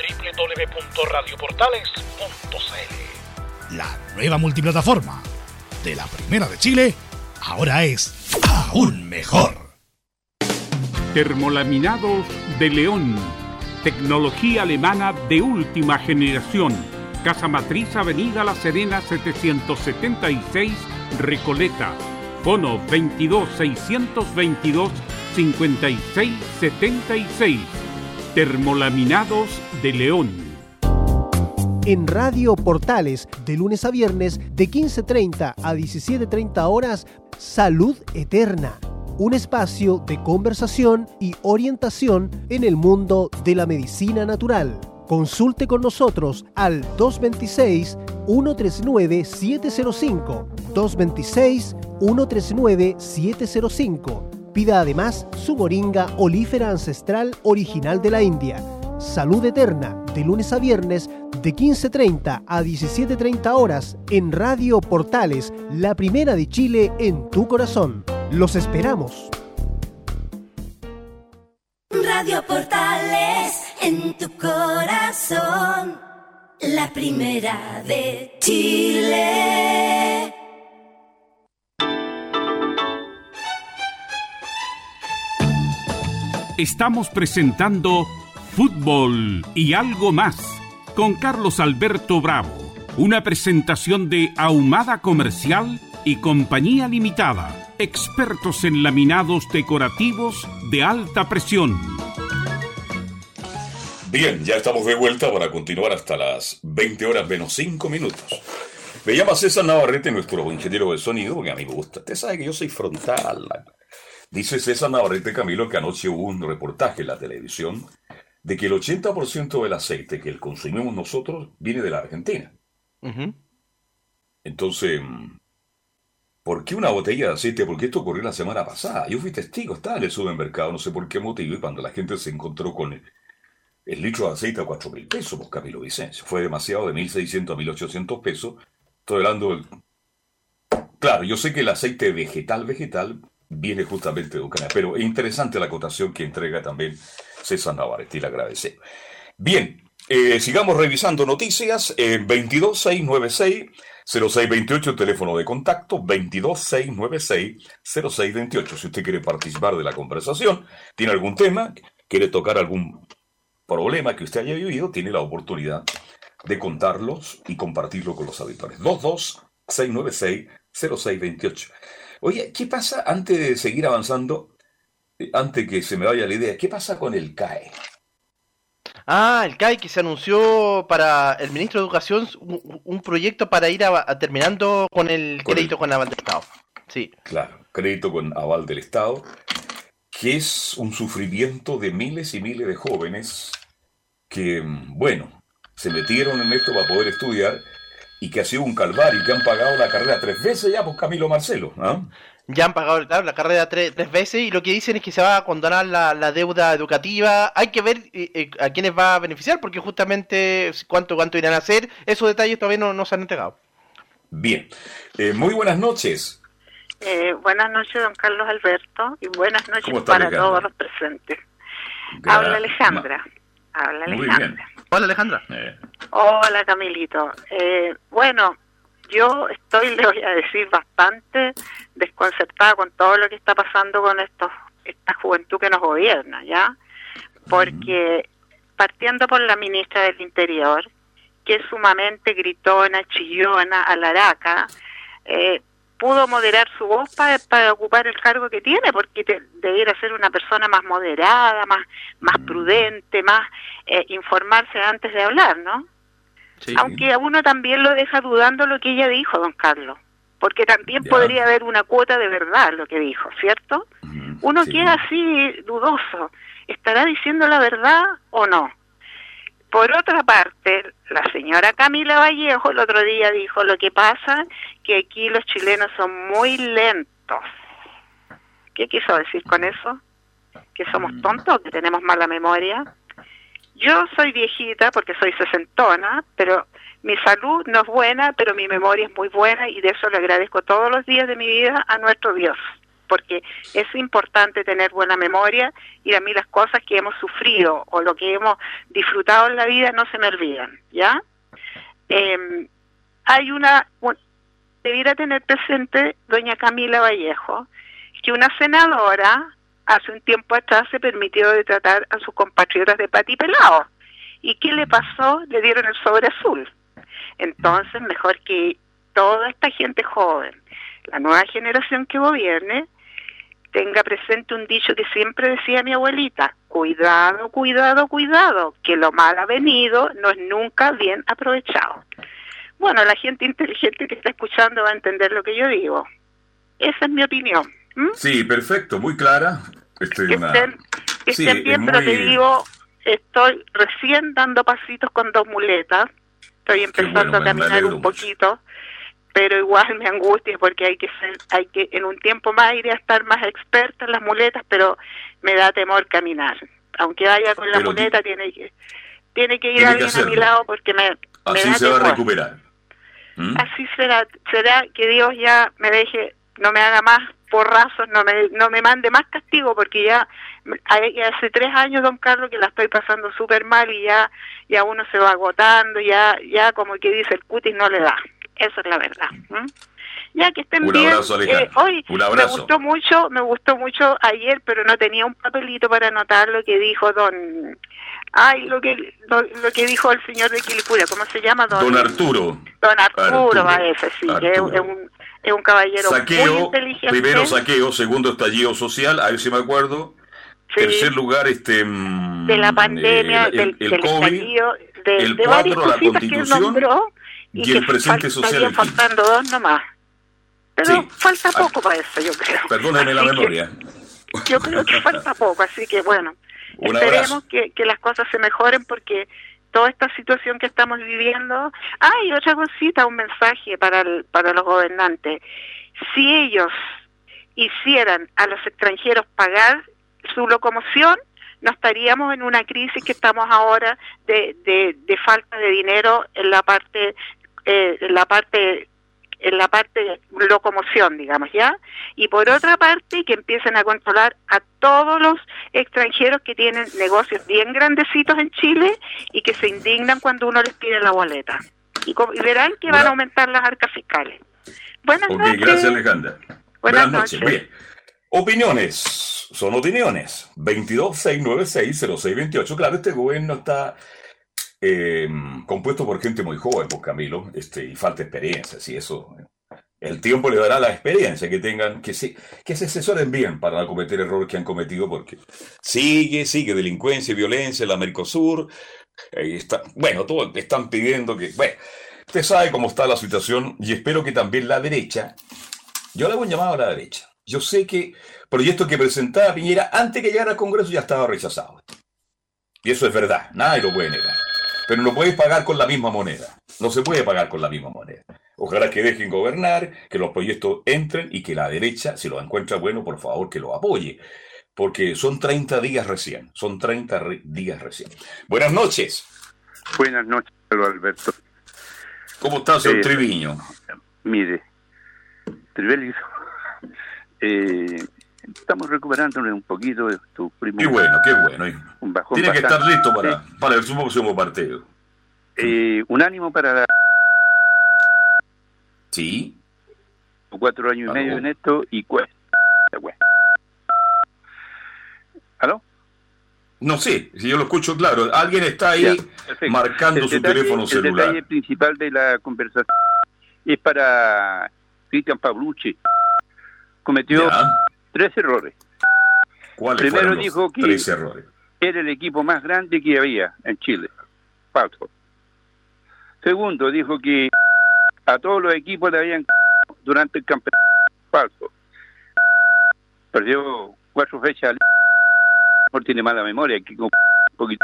www.radioportales.cl. La nueva multiplataforma de la Primera de Chile ahora es aún mejor. Termolaminados de León. Tecnología alemana de última generación. Casa Matriz, Avenida La Serena, 776, Recoleta. Fono 22-622-5676. Termolaminados de León. En Radio Portales, de lunes a viernes, de 15:30 a 17:30 horas, Salud Eterna. Un espacio de conversación y orientación en el mundo de la medicina natural. Consulte con nosotros al 226-139-705. 226-139-705. Pida además su moringa olífera ancestral original de la India. Salud Eterna, de lunes a viernes, de 15:30 a 17:30 horas, en Radio Portales, la Primera de Chile en tu corazón. Los esperamos. Radio Portales en tu corazón, la Primera de Chile. Estamos presentando Fútbol y algo más con Carlos Alberto Bravo. Una presentación de Ahumada Comercial y Compañía Limitada. Expertos en laminados decorativos de alta presión. Bien, ya estamos de vuelta para continuar hasta las 20 horas menos 5 minutos. Me llama César Navarrete, nuestro ingeniero de sonido, porque a mí me gusta. Usted sabe que yo soy frontal. Dice César Navarrete, Camilo, que anoche hubo un reportaje en la televisión de que el 80% del aceite que consumimos nosotros viene de la Argentina. Uh-huh. Entonces, ¿por qué una botella de aceite? Porque esto ocurrió la semana pasada. Yo fui testigo, estaba en el supermercado, no sé por qué motivo, y cuando la gente se encontró con el litro de aceite a 4.000 pesos, pues Camilo Vicencio. Fue demasiado, de 1.600 a 1.800 pesos. Estoy hablando del... Claro, yo sé que el aceite vegetal viene justamente de Ucrania, pero es interesante la acotación que entrega también César Navarrete, y le agradecemos. Bien, sigamos revisando noticias. 22696-0628, teléfono de contacto, 22696-0628. Si usted quiere participar de la conversación, tiene algún tema, quiere tocar algún problema que usted haya vivido, tiene la oportunidad de contarlos y compartirlo con los auditores. 22696-0628. Oye, ¿qué pasa, antes de seguir avanzando, antes que se me vaya la idea, qué pasa con el CAE? El CAE, que se anunció para el ministro de Educación un proyecto para ir terminando con el crédito con aval del Estado. Sí. Claro, crédito con aval del Estado, que es un sufrimiento de miles y miles de jóvenes que, bueno, se metieron en esto para poder estudiar y que ha sido un calvario, que han pagado la carrera 3 veces ya, pues Camilo Marcelo, ¿no? Ya han pagado, claro, la carrera tres veces, y lo que dicen es que se va a condonar la deuda educativa. Hay que ver a quiénes va a beneficiar, porque justamente cuánto irán a hacer, esos detalles todavía no se han entregado. Bien, muy buenas noches. Buenas noches, don Carlos Alberto, y buenas noches para todos los presentes. Habla Alejandra. Muy bien. Hola, Alejandra. Hola, Camilito. Bueno, yo le voy a decir, bastante desconcertada con todo lo que está pasando con esta juventud que nos gobierna, ¿ya? Porque partiendo por la ministra del Interior, que es sumamente gritona, chillona, alaraca, pudo moderar su voz para ocupar el cargo que tiene, porque debiera ser una persona más moderada, más prudente, más informarse antes de hablar, ¿no? Sí. Aunque a uno también lo deja dudando lo que ella dijo, don Carlos, porque también podría haber una cuota de verdad lo que dijo, ¿cierto? Uno queda así dudoso, ¿estará diciendo la verdad o no? Por otra parte, la señora Camila Vallejo el otro día dijo, lo que pasa que aquí los chilenos son muy lentos. ¿Qué quiso decir con eso? ¿Que somos tontos, que tenemos mala memoria? Yo soy viejita porque soy sesentona, pero mi salud no es buena, pero mi memoria es muy buena, y de eso le agradezco todos los días de mi vida a nuestro Dios, porque es importante tener buena memoria, y a mí las cosas que hemos sufrido o lo que hemos disfrutado en la vida no se me olvidan, ¿ya? Debiera tener presente doña Camila Vallejo, que una senadora hace un tiempo atrás se permitió de tratar a sus compatriotas de patipelado. ¿Y qué le pasó? Le dieron el sobre azul. Entonces, mejor que toda esta gente joven, la nueva generación que gobierne, tenga presente un dicho que siempre decía mi abuelita: cuidado, cuidado, cuidado, que lo mal avenido no es nunca bien aprovechado. Bueno, la gente inteligente que está escuchando va a entender lo que yo digo. Esa es mi opinión. Sí, perfecto, muy clara. Estén bien, pero te digo, estoy recién dando pasitos con 2 muletas, estoy empezando a caminar un poquito, pero igual me angustia porque hay que en un tiempo más ir a estar más experta en las muletas, pero me da temor caminar. Aunque vaya con la muleta, tiene que ir alguien a mi lado porque me da se temor. Va a recuperar. Así será que Dios ya me deje, no me haga más porrazos, no me mande más castigo, porque ya hace 3 años, don Carlos, que la estoy pasando súper mal, y ya uno se va agotando, ya como que dice el cutis no le da. Eso es la verdad. Ya que estén bien. Abrazo, hoy un abrazo. me gustó mucho ayer, pero no tenía un papelito para anotar lo que dijo lo que dijo el señor de Quilicura. ¿Cómo se llama? Don Arturo. Don Arturo, sí, es un caballero muy inteligente. Primero saqueo, segundo estallido social, a ver si me acuerdo. Sí. Tercer lugar, de la pandemia, del COVID, estallido, el de 4, la Constitución, y el presente social. Estarían faltando 2 nomás. Pero falta poco para eso, yo creo. Perdóneme la memoria. Yo creo que falta poco, así que bueno, esperemos que las cosas se mejoren, porque toda esta situación que estamos viviendo. Y otra cosita, un mensaje para los gobernantes. Si ellos hicieran a los extranjeros pagar su locomoción, no estaríamos en una crisis que estamos ahora de falta de dinero en la parte locomoción, digamos, ¿ya? Y por otra parte, que empiecen a controlar a todos los extranjeros que tienen negocios bien grandecitos en Chile y que se indignan cuando uno les pide la boleta. Y verán que van a aumentar las arcas fiscales. Buenas noches. Gracias, Alejandra. Buenas noches. Bien. Opiniones, son opiniones. 22-696-0628. Claro, este gobierno está compuesto por gente muy joven, pues, Camilo, y falta experiencia, sí, eso. El tiempo le dará la experiencia que tengan, que se asesoren bien para no cometer errores que han cometido, porque sigue delincuencia y violencia en la Mercosur. Todos están pidiendo que, usted sabe cómo está la situación, y espero que también la derecha, yo le hago un llamado a la derecha, Yo sé que proyecto que presentaba Piñera antes que llegara al Congreso ya estaba rechazado. Y eso es verdad, nadie lo puede negar. Pero no puedes pagar con la misma moneda. No se puede pagar con la misma moneda. Ojalá que dejen gobernar, que los proyectos entren y que la derecha, si lo encuentra bueno, por favor, que lo apoye. Porque son 30 días recién. Son 30 días recién. Buenas noches. Buenas noches, Alberto. ¿Cómo está, señor Triviño? Mire, Trivelli, estamos recuperándonos un poquito de tu primo. Qué bueno. Un bajón tiene que bastante, estar listo para el próximo partido. Un ánimo para la... Sí. 4 años y medio en esto y cuesta. ¿Aló? No sé, si yo lo escucho claro. Alguien está ahí marcando su teléfono celular. El detalle principal de la conversación es para Cristian Paulucci. Cometió 3 errores. ¿Cuáles Primero fueron dijo los que 3 errores? Era el equipo más grande que había en Chile. Falso. Segundo, dijo que a todos los equipos le habían durante el campeonato. Falso. Perdió 4 fechas. Mejor tiene mala memoria, que un poquito.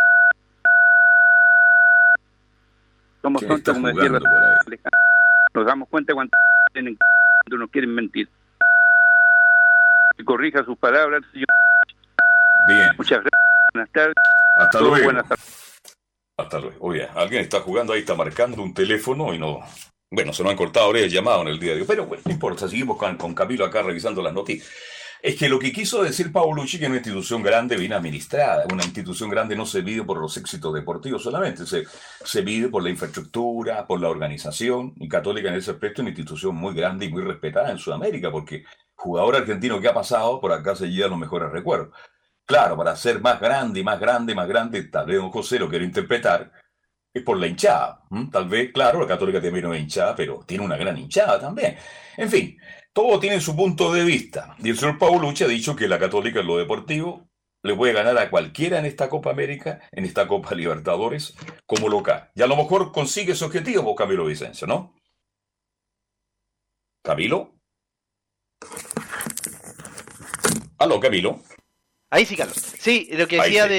Somos tontos, como decía la... Nos damos cuenta cuando nos quieren mentir. Que corrija sus palabras. Bien. Muchas gracias. Buenas tardes. Hasta luego. Buenas tardes. Hasta luego. Oye, alguien está jugando ahí, está marcando un teléfono y no... Bueno, se nos han cortado ahora el llamado en el día de hoy. Pero bueno, no importa, seguimos con Camilo acá revisando las noticias. Es que lo que quiso decir Paulucci, que es una institución grande bien administrada, una institución grande no se mide por los éxitos deportivos solamente, se mide por la infraestructura, por la organización, y Católica en ese aspecto es una institución muy grande y muy respetada en Sudamérica, porque jugador argentino que ha pasado, por acá se lleva los mejores recuerdos. Claro, para ser más grande, tal vez don José lo quiere interpretar, es por la hinchada. Tal vez, claro, la Católica también no es hinchada, pero tiene una gran hinchada también. En fin, todo tiene su punto de vista. Y el señor Paulucci ha dicho que la Católica en lo deportivo le puede ganar a cualquiera en esta Copa América, en esta Copa Libertadores, como local. Y a lo mejor consigue ese objetivo por Camilo Vicencio, ¿no? ¿Camilo? ¿Aló, Camilo? Ahí sí, Carlos. Sí, lo que decía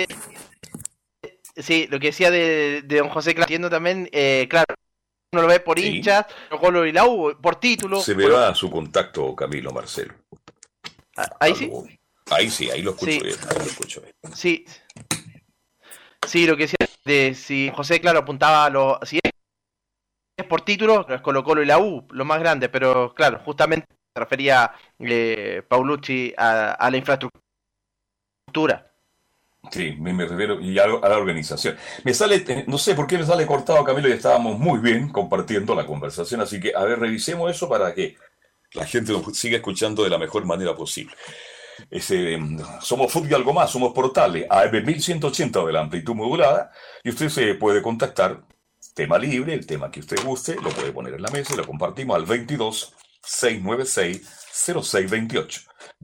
de don José, claro, entiendo también, claro, uno lo ve por hinchas, Colo y la U, por título. Se me va su contacto, Camilo, Marcelo. ¿Ahí sí? Ahí sí, ahí lo escucho bien, Sí, lo que decía de si José, claro, apuntaba a si es por título, es Colo y la U, lo más grande, pero claro, justamente se refería Paulucci a la infraestructura. Sí, me refiero y a la organización. Me sale, no sé por qué me sale cortado, Camilo, y estábamos muy bien compartiendo la conversación, así que, a ver, revisemos eso para que la gente nos siga escuchando de la mejor manera posible. Somos Fútbol y algo más, somos Portales, AM 1180 de la amplitud modulada, y usted se puede contactar, tema libre, el tema que usted guste, lo puede poner en la mesa y lo compartimos al 22-696-0628.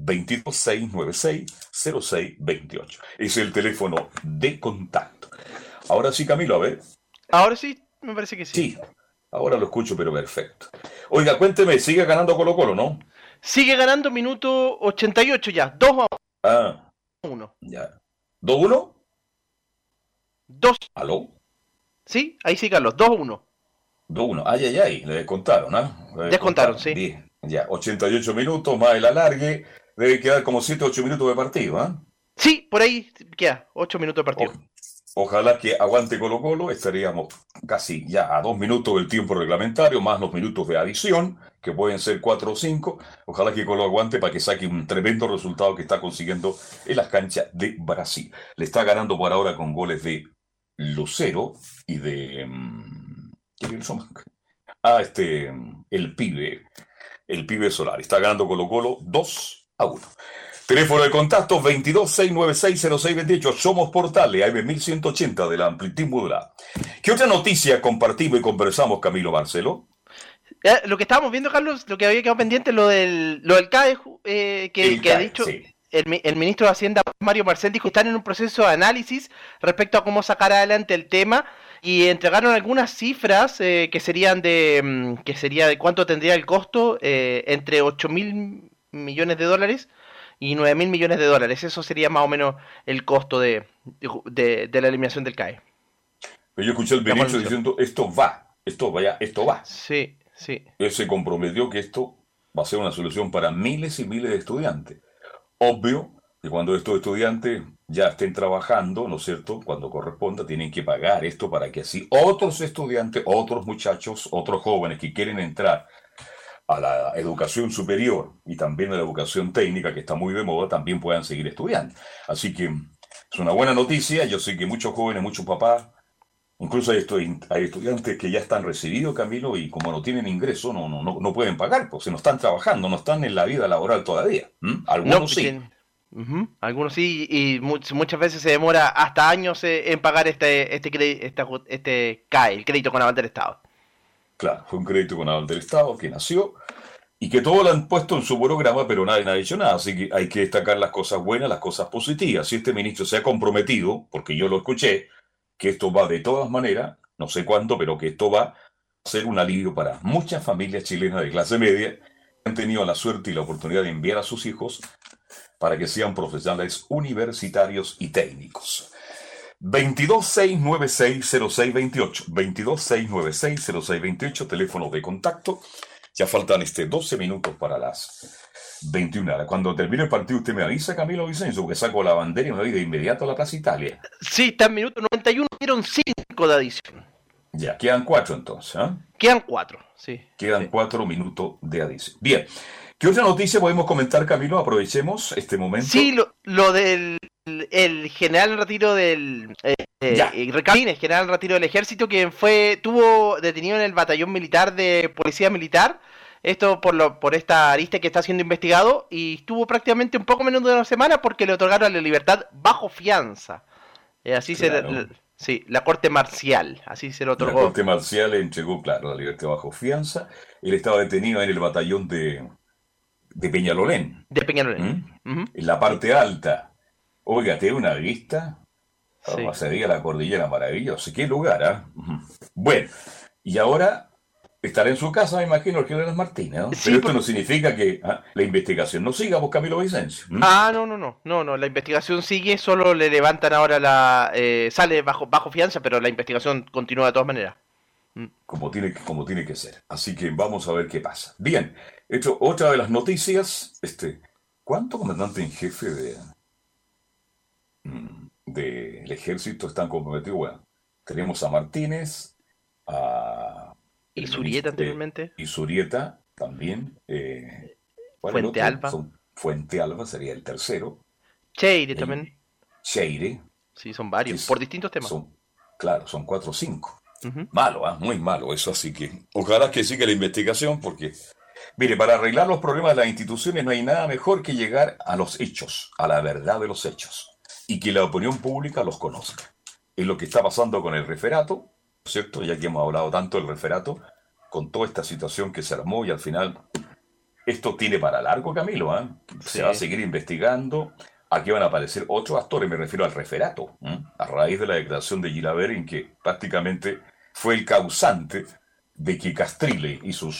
22-696-0628. Es el teléfono de contacto. Ahora sí, Camilo, a ver. Ahora sí, me parece que sí. Sí, ahora lo escucho, pero perfecto. Oiga, cuénteme, ¿sigue ganando Colo-Colo, no? Sigue ganando minuto 88 ya, 2-1. Ah, ya. ¿2-1? 2. ¿Aló? Sí, ahí sí, Carlos, 2-1. 2-1, ay, le descontaron, ¿no? Descontaron, sí. Bien, ya, 88 minutos más el alargue, debe quedar como 7-8 minutos de partido, ¿ah? Sí, por ahí queda, 8 minutos de partido. Ojalá que aguante Colo-Colo, estaríamos casi ya a 2 minutos del tiempo reglamentario, más los minutos de adición, que pueden ser 4 o 5. Ojalá que Colo aguante para que saque un tremendo resultado que está consiguiendo en las canchas de Brasil. Le está ganando por ahora con goles de Lucero y de... ¿Quiénes son? El pibe Solari. Está ganando Colo-Colo 2-1. Teléfono de contacto 22-696-0628. Somos Portales, AM 1180 de la amplitud modulada. ¿Qué otra noticia compartimos y conversamos, Camilo Marcelo? Lo que estábamos viendo, Carlos, lo que había quedado pendiente, lo del CAE, que ha dicho el ministro de Hacienda, Mario Marcel, dijo que están en un proceso de análisis respecto a cómo sacar adelante el tema, y entregaron algunas cifras que sería de cuánto tendría el costo, entre 8.000 millones de dólares y 9.000 millones de dólares. Eso sería más o menos el costo de la eliminación del CAE. Pero yo escuché al ministro diciendo, esto va. Sí, sí. Él se comprometió que esto va a ser una solución para miles y miles de estudiantes. Obvio que cuando estos estudiantes ya estén trabajando, ¿no es cierto?, cuando corresponda, tienen que pagar esto para que así otros estudiantes, otros muchachos, otros jóvenes que quieren entrar a la educación superior y también a la educación técnica, que está muy de moda, también puedan seguir estudiando. Así que es una buena noticia. Yo sé que muchos jóvenes, muchos papás, incluso hay estudiantes que ya están recibidos, Camilo, y como no tienen ingreso, no pueden pagar, porque no están trabajando, no están en la vida laboral todavía. Algunos sí. Algunos sí, y muchas veces se demora hasta años en pagar este CAE, el crédito con aval del Estado. Claro, fue un crédito con aval del Estado que nació y que todos lo han puesto en su programa, pero nadie ha dicho nada. Así que hay que destacar las cosas buenas, las cosas positivas. Si este ministro se ha comprometido, porque yo lo escuché, que esto va de todas maneras, no sé cuándo, pero que esto va a ser un alivio para muchas familias chilenas de clase media que han tenido la suerte y la oportunidad de enviar a sus hijos para que sean profesionales universitarios y técnicos. 226960628, 226960628, teléfono de contacto. Ya faltan 12 minutos para las 21 horas. Cuando termine el partido, usted me avisa, Camilo Vicencio, porque saco la bandera y me voy de inmediato a la Plaza Italia. Sí, está en minuto 91, dieron 5 de adición. Ya, quedan 4 entonces, ¿eh? Quedan 4, sí. Quedan 4 minutos de adición. Bien. ¿Qué otra noticia podemos comentar, Camilo? Aprovechemos este momento. Sí, lo del el general en retiro del general en retiro del ejército, que tuvo detenido en el batallón militar de policía militar. Esto por esta arista que está siendo investigado, y estuvo prácticamente un poco menos de una semana porque le otorgaron la libertad bajo fianza. Así claro. La corte marcial, así se lo otorgó. La corte marcial le entregó, claro, la libertad bajo fianza. Él estaba detenido en el batallón de Peñalolén. De Peñalolén. En la parte alta. Oiga, tiene una vista. Se diga la cordillera maravillosa. Qué lugar, ¿ah? Bueno, y ahora estará en su casa, me imagino, el general Martínez, ¿no? Pero esto no significa que la investigación no siga, vos, Camilo Vicencio. No, la investigación sigue, solo le levantan ahora sale bajo fianza, pero la investigación continúa de todas maneras. Como tiene que ser. Así que vamos a ver qué pasa. Bien, otra de las noticias, ¿cuántos comandantes en jefe del ejército están comprometidos? Bueno, tenemos a Martínez, y Zurieta anteriormente. Y Zurieta también. Fuente Alba. Fuente Alba sería el tercero. Cheire también. Cheire. Sí, son varios, por distintos temas. Son 4 o 5. Malo, muy malo eso, así que ojalá que siga la investigación, porque, mire, para arreglar los problemas de las instituciones no hay nada mejor que llegar a los hechos, a la verdad de los hechos, y que la opinión pública los conozca. Es lo que está pasando con el referato, ¿cierto? Ya que hemos hablado tanto del referato, con toda esta situación que se armó, y al final esto tiene para largo, Camilo, ¿eh? Se va a seguir investigando. Aquí van a aparecer otros actores, me refiero al referato, a raíz de la declaración de Gilaber, en que prácticamente fue el causante de que Castrile y su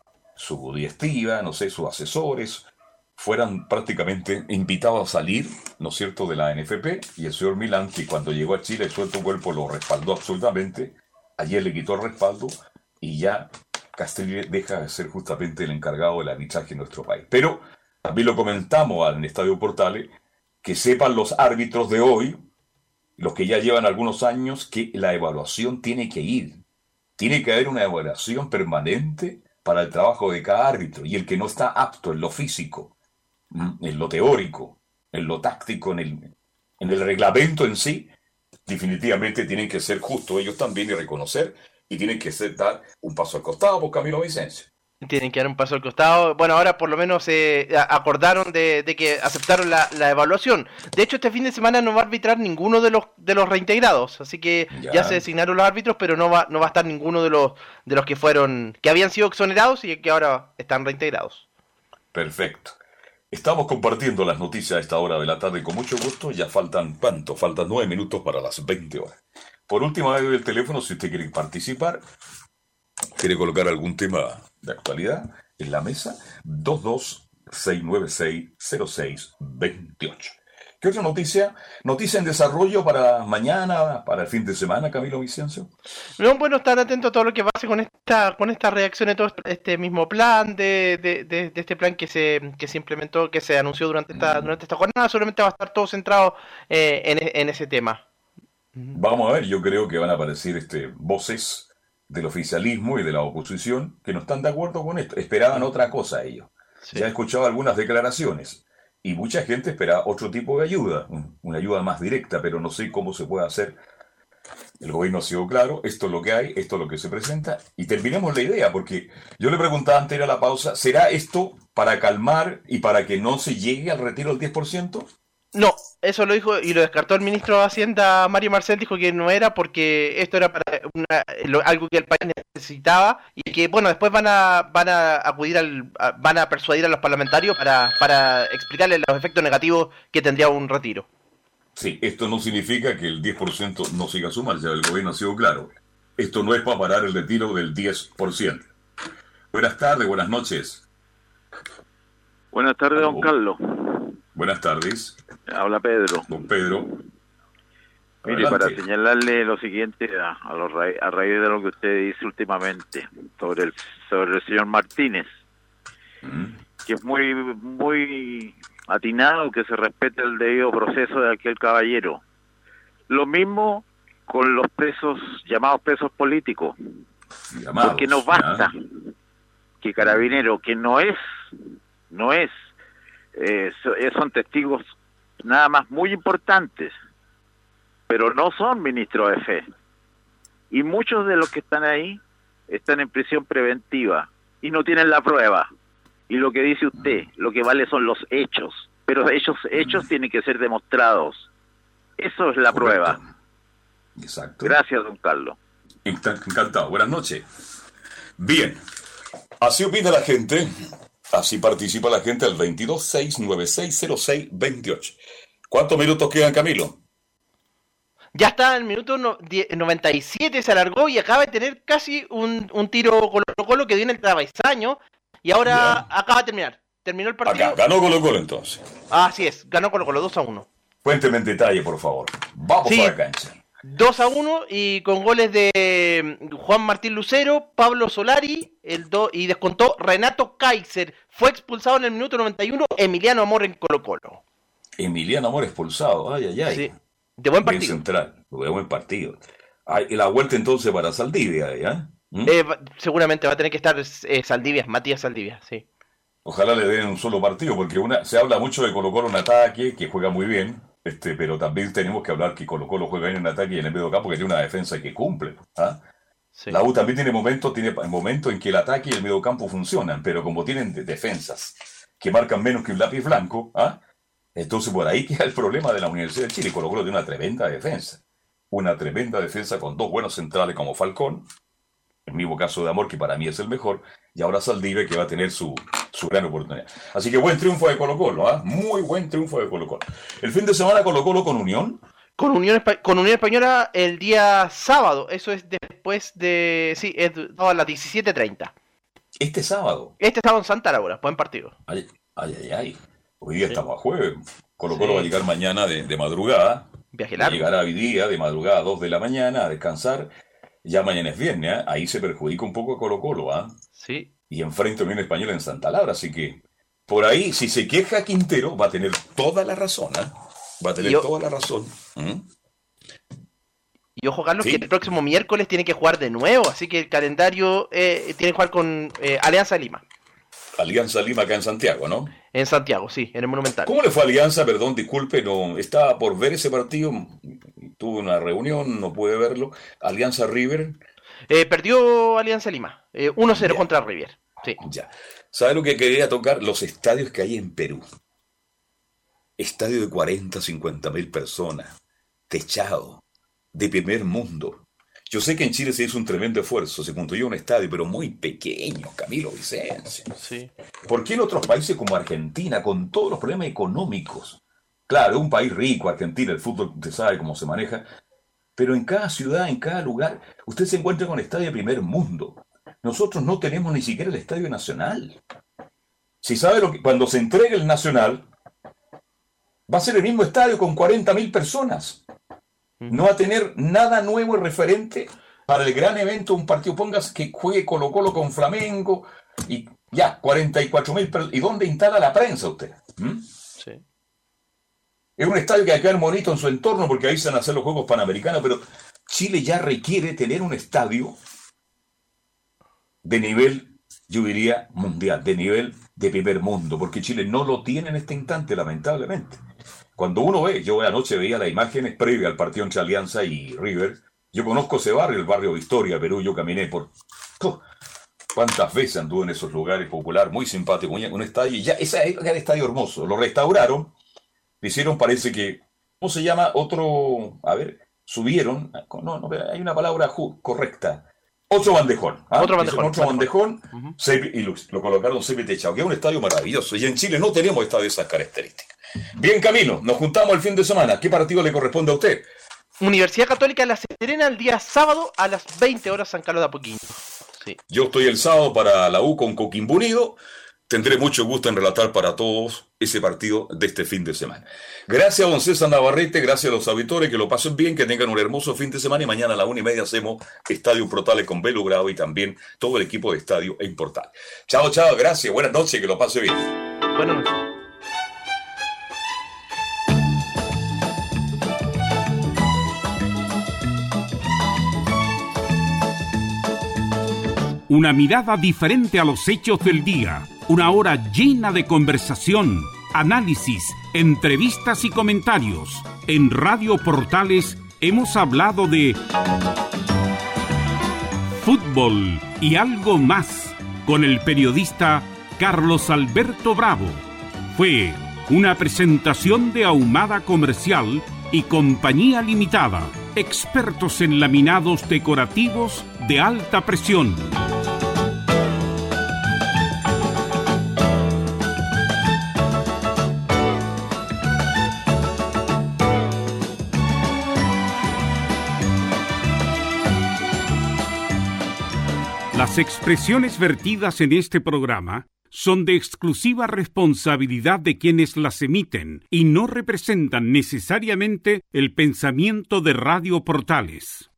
directiva, no sé, sus asesores, fueran prácticamente invitados a salir, ¿no es cierto?, de la NFP, y el señor Milán, que cuando llegó a Chile, su alto cuerpo lo respaldó absolutamente. Ayer le quitó el respaldo y ya Castrile deja de ser justamente el encargado del arbitraje en nuestro país. Pero también lo comentamos en Estadio Portales, que sepan los árbitros de hoy, los que ya llevan algunos años, que la evaluación tiene que ir. Tiene que haber una evaluación permanente para el trabajo de cada árbitro. Y el que no está apto en lo físico, en lo teórico, en lo táctico, en el reglamento en sí, definitivamente tienen que ser justos ellos también y reconocer, y tienen que dar un paso al costado por Camilo Vicencio. Tienen que dar un paso al costado. Bueno, ahora por lo menos acordaron de que aceptaron la evaluación. De hecho, este fin de semana no va a arbitrar ninguno de los reintegrados, así que ya se designaron los árbitros, pero no va a estar ninguno de los que habían sido exonerados y que ahora están reintegrados. Perfecto. Estamos compartiendo las noticias a esta hora de la tarde con mucho gusto. Ya faltan 9 minutos para las 20 horas. Por última vez doy el teléfono si usted quiere participar, quiere colocar algún tema de actualidad en la mesa. 696-0628. ¿Qué otra noticia? ¿Noticia en desarrollo para mañana, para el fin de semana, Camilo Vicencio? No, bueno, estar atento a todo lo que pase con esta reacción de todo este mismo plan, de este plan que se implementó, que se anunció durante esta jornada. Seguramente va a estar todo centrado en ese tema. Vamos a ver, yo creo que van a aparecer voces del oficialismo y de la oposición que no están de acuerdo con esto. Esperaban otra cosa ellos. Sí. Ya he escuchado algunas declaraciones y mucha gente espera otro tipo de ayuda, una ayuda más directa, pero no sé cómo se puede hacer. El gobierno ha sido claro, esto es lo que hay, esto es lo que se presenta, y terminemos la idea, porque yo le preguntaba antes a la pausa, ¿será esto para calmar y para que no se llegue al retiro del 10%? No, eso lo dijo y lo descartó el ministro de Hacienda, Mario Marcel, dijo que no era porque esto era para algo que el país necesitaba y que, bueno, después van a persuadir a los parlamentarios para explicarles los efectos negativos que tendría un retiro. Sí, esto no significa que el 10% no siga su marcha, el gobierno ha sido claro. Esto no es para parar el retiro del 10%. Buenas tardes, buenas noches. Buenas tardes, don Carlos. Buenas tardes. Habla Pedro. Don Pedro. Mire, para señalarle lo siguiente a raíz de lo que usted dice últimamente sobre el señor Martínez, que es muy atinado que se respete el debido proceso de aquel caballero. Lo mismo con los presos, llamados presos políticos. Porque no basta que Carabinero, que no es, son testigos nada más muy importantes, pero no son ministros de fe. Y muchos de los que están ahí están en prisión preventiva y no tienen la prueba. Y lo que dice usted, lo que vale son los hechos, pero esos hechos tienen que ser demostrados. Eso es la prueba. Exacto. Gracias, don Carlos. Encantado. Buenas noches. Bien. Así opina la gente. Así participa la gente al 226960628. ¿Cuántos minutos quedan, Camilo? Ya está, el minuto 97 se alargó y acaba de tener casi un tiro Colo-Colo que dio en el travesaño y ahora acaba de terminar. Terminó el partido. Acá, ganó Colo-Colo entonces. Así es, ganó Colo-Colo 2-1. Cuénteme en detalle, por favor. Vamos a la cancha. 2-1 y con goles de Juan Martín Lucero, Pablo Solari, y descontó Renato Kaiser. Fue expulsado en el minuto 91 Emiliano Amor en Colo-Colo. Emiliano Amor expulsado, ay. Sí. De buen partido. Bien central, de buen partido. Y la vuelta entonces para Saldivia, ¿ya? Seguramente va a tener que estar Saldivia, Matías Saldivia, sí. Ojalá le den un solo partido, porque se habla mucho de Colo-Colo en ataque, que juega muy bien, pero también tenemos que hablar que Colo-Colo juega bien en ataque y en el medio campo, que tiene una defensa que cumple. Sí. La U también tiene momentos en que el ataque y el medio campo funcionan, pero como tienen defensas que marcan menos que un lápiz blanco, entonces por ahí queda el problema de la Universidad de Chile. Colo-Colo tiene una tremenda defensa con dos buenos centrales como Falcón, el mismo caso de Amor, que para mí es el mejor, y ahora Saldivia, que va a tener su gran oportunidad. Así que buen triunfo de Colo-Colo, muy buen triunfo de Colo-Colo. El fin de semana Colo-Colo con Unión. Con Unión Española el día sábado, eso es después de... Sí, es a las 17:30. ¿Este sábado? Este sábado en Santa Laura, buen partido. Ay. Hoy día estamos a jueves. Colo-Colo va a llegar mañana de madrugada. Viaje largo. Llegará hoy día de madrugada a 2 de la mañana a descansar. Ya mañana es viernes, ahí se perjudica un poco a Colo-Colo, Sí. Y enfrenta a Unión Española en Santa Laura, así que por ahí, si se queja Quintero, va a tener toda la razón, Va a tener toda la razón. Y ojo, Carlos, que el próximo miércoles tiene que jugar de nuevo, así que el calendario tiene que jugar con Alianza Lima. Alianza Lima acá en Santiago, ¿no? En Santiago, sí, en el Monumental. ¿Cómo le fue a Alianza? Perdón, disculpe, no estaba por ver ese partido, tuve una reunión, no pude verlo. Alianza River. Perdió Alianza Lima, 1-0 contra River. Sí. Ya. ¿Sabe lo que quería tocar? Los estadios que hay en Perú. Estadio de 40, 50 mil personas, techado, de primer mundo. Yo sé que en Chile se hizo un tremendo esfuerzo, se construyó un estadio, pero muy pequeño, Camilo Vicencio. Sí. ¿Por qué en otros países como Argentina, con todos los problemas económicos? Claro, un país rico, Argentina, el fútbol, usted sabe cómo se maneja, pero en cada ciudad, en cada lugar, usted se encuentra con estadio de primer mundo. Nosotros no tenemos ni siquiera el Estadio Nacional. Si sabe lo que cuando se entregue el Nacional, va a ser el mismo estadio con 40.000 personas. No va a tener nada nuevo y referente para el gran evento, un partido, pongas que juegue Colo-Colo con Flamengo, y ya, 44.000. ¿Y dónde instala la prensa usted? Sí. Es un estadio que va a quedar bonito en su entorno porque ahí se van a hacer los Juegos Panamericanos, pero Chile ya requiere tener un estadio de nivel, yo diría, mundial, de nivel de primer mundo, porque Chile no lo tiene en este instante, lamentablemente. Cuando uno ve, yo anoche veía las imágenes previas al partido entre Alianza y River, yo conozco ese barrio, el barrio Victoria, Perú, yo caminé por... ¿Cuántas veces anduve en esos lugares popular, muy simpático, un estadio, y ya ese era el estadio hermoso, lo restauraron, le hicieron, parece que, ¿cómo se llama? Otro, a ver, subieron, no, hay una palabra correcta, otro bandejón. Otro bandejón, y lo colocaron semi-techado, que es un estadio maravilloso, y en Chile no tenemos estadio de esas características. Bien, Camilo, nos juntamos el fin de semana, ¿qué partido le corresponde a usted? Universidad Católica de La Serena el día sábado a las 20 horas San Carlos de Apoquindo. Sí. Yo estoy el sábado para la U con Coquimbo Unido. Tendré mucho gusto en relatar para todos ese partido de este fin de semana. Gracias a don César Navarrete, gracias a los auditores, que lo pasen bien, que tengan un hermoso fin de semana y mañana a las 1:30 hacemos Estadio Portales con Belu Grado y también todo el equipo de Estadio en Portales. Chao, gracias, buenas noches, que lo pase bien. Buenas noches. Una mirada diferente a los hechos del día. Una hora llena de conversación, análisis, entrevistas y comentarios. En Radio Portales hemos hablado de fútbol y algo más con el periodista Carlos Alberto Bravo. Fue una presentación de Ahumada Comercial y Compañía Limitada, expertos en laminados decorativos de alta presión. Las expresiones vertidas en este programa son de exclusiva responsabilidad de quienes las emiten y no representan necesariamente el pensamiento de Radio Portales.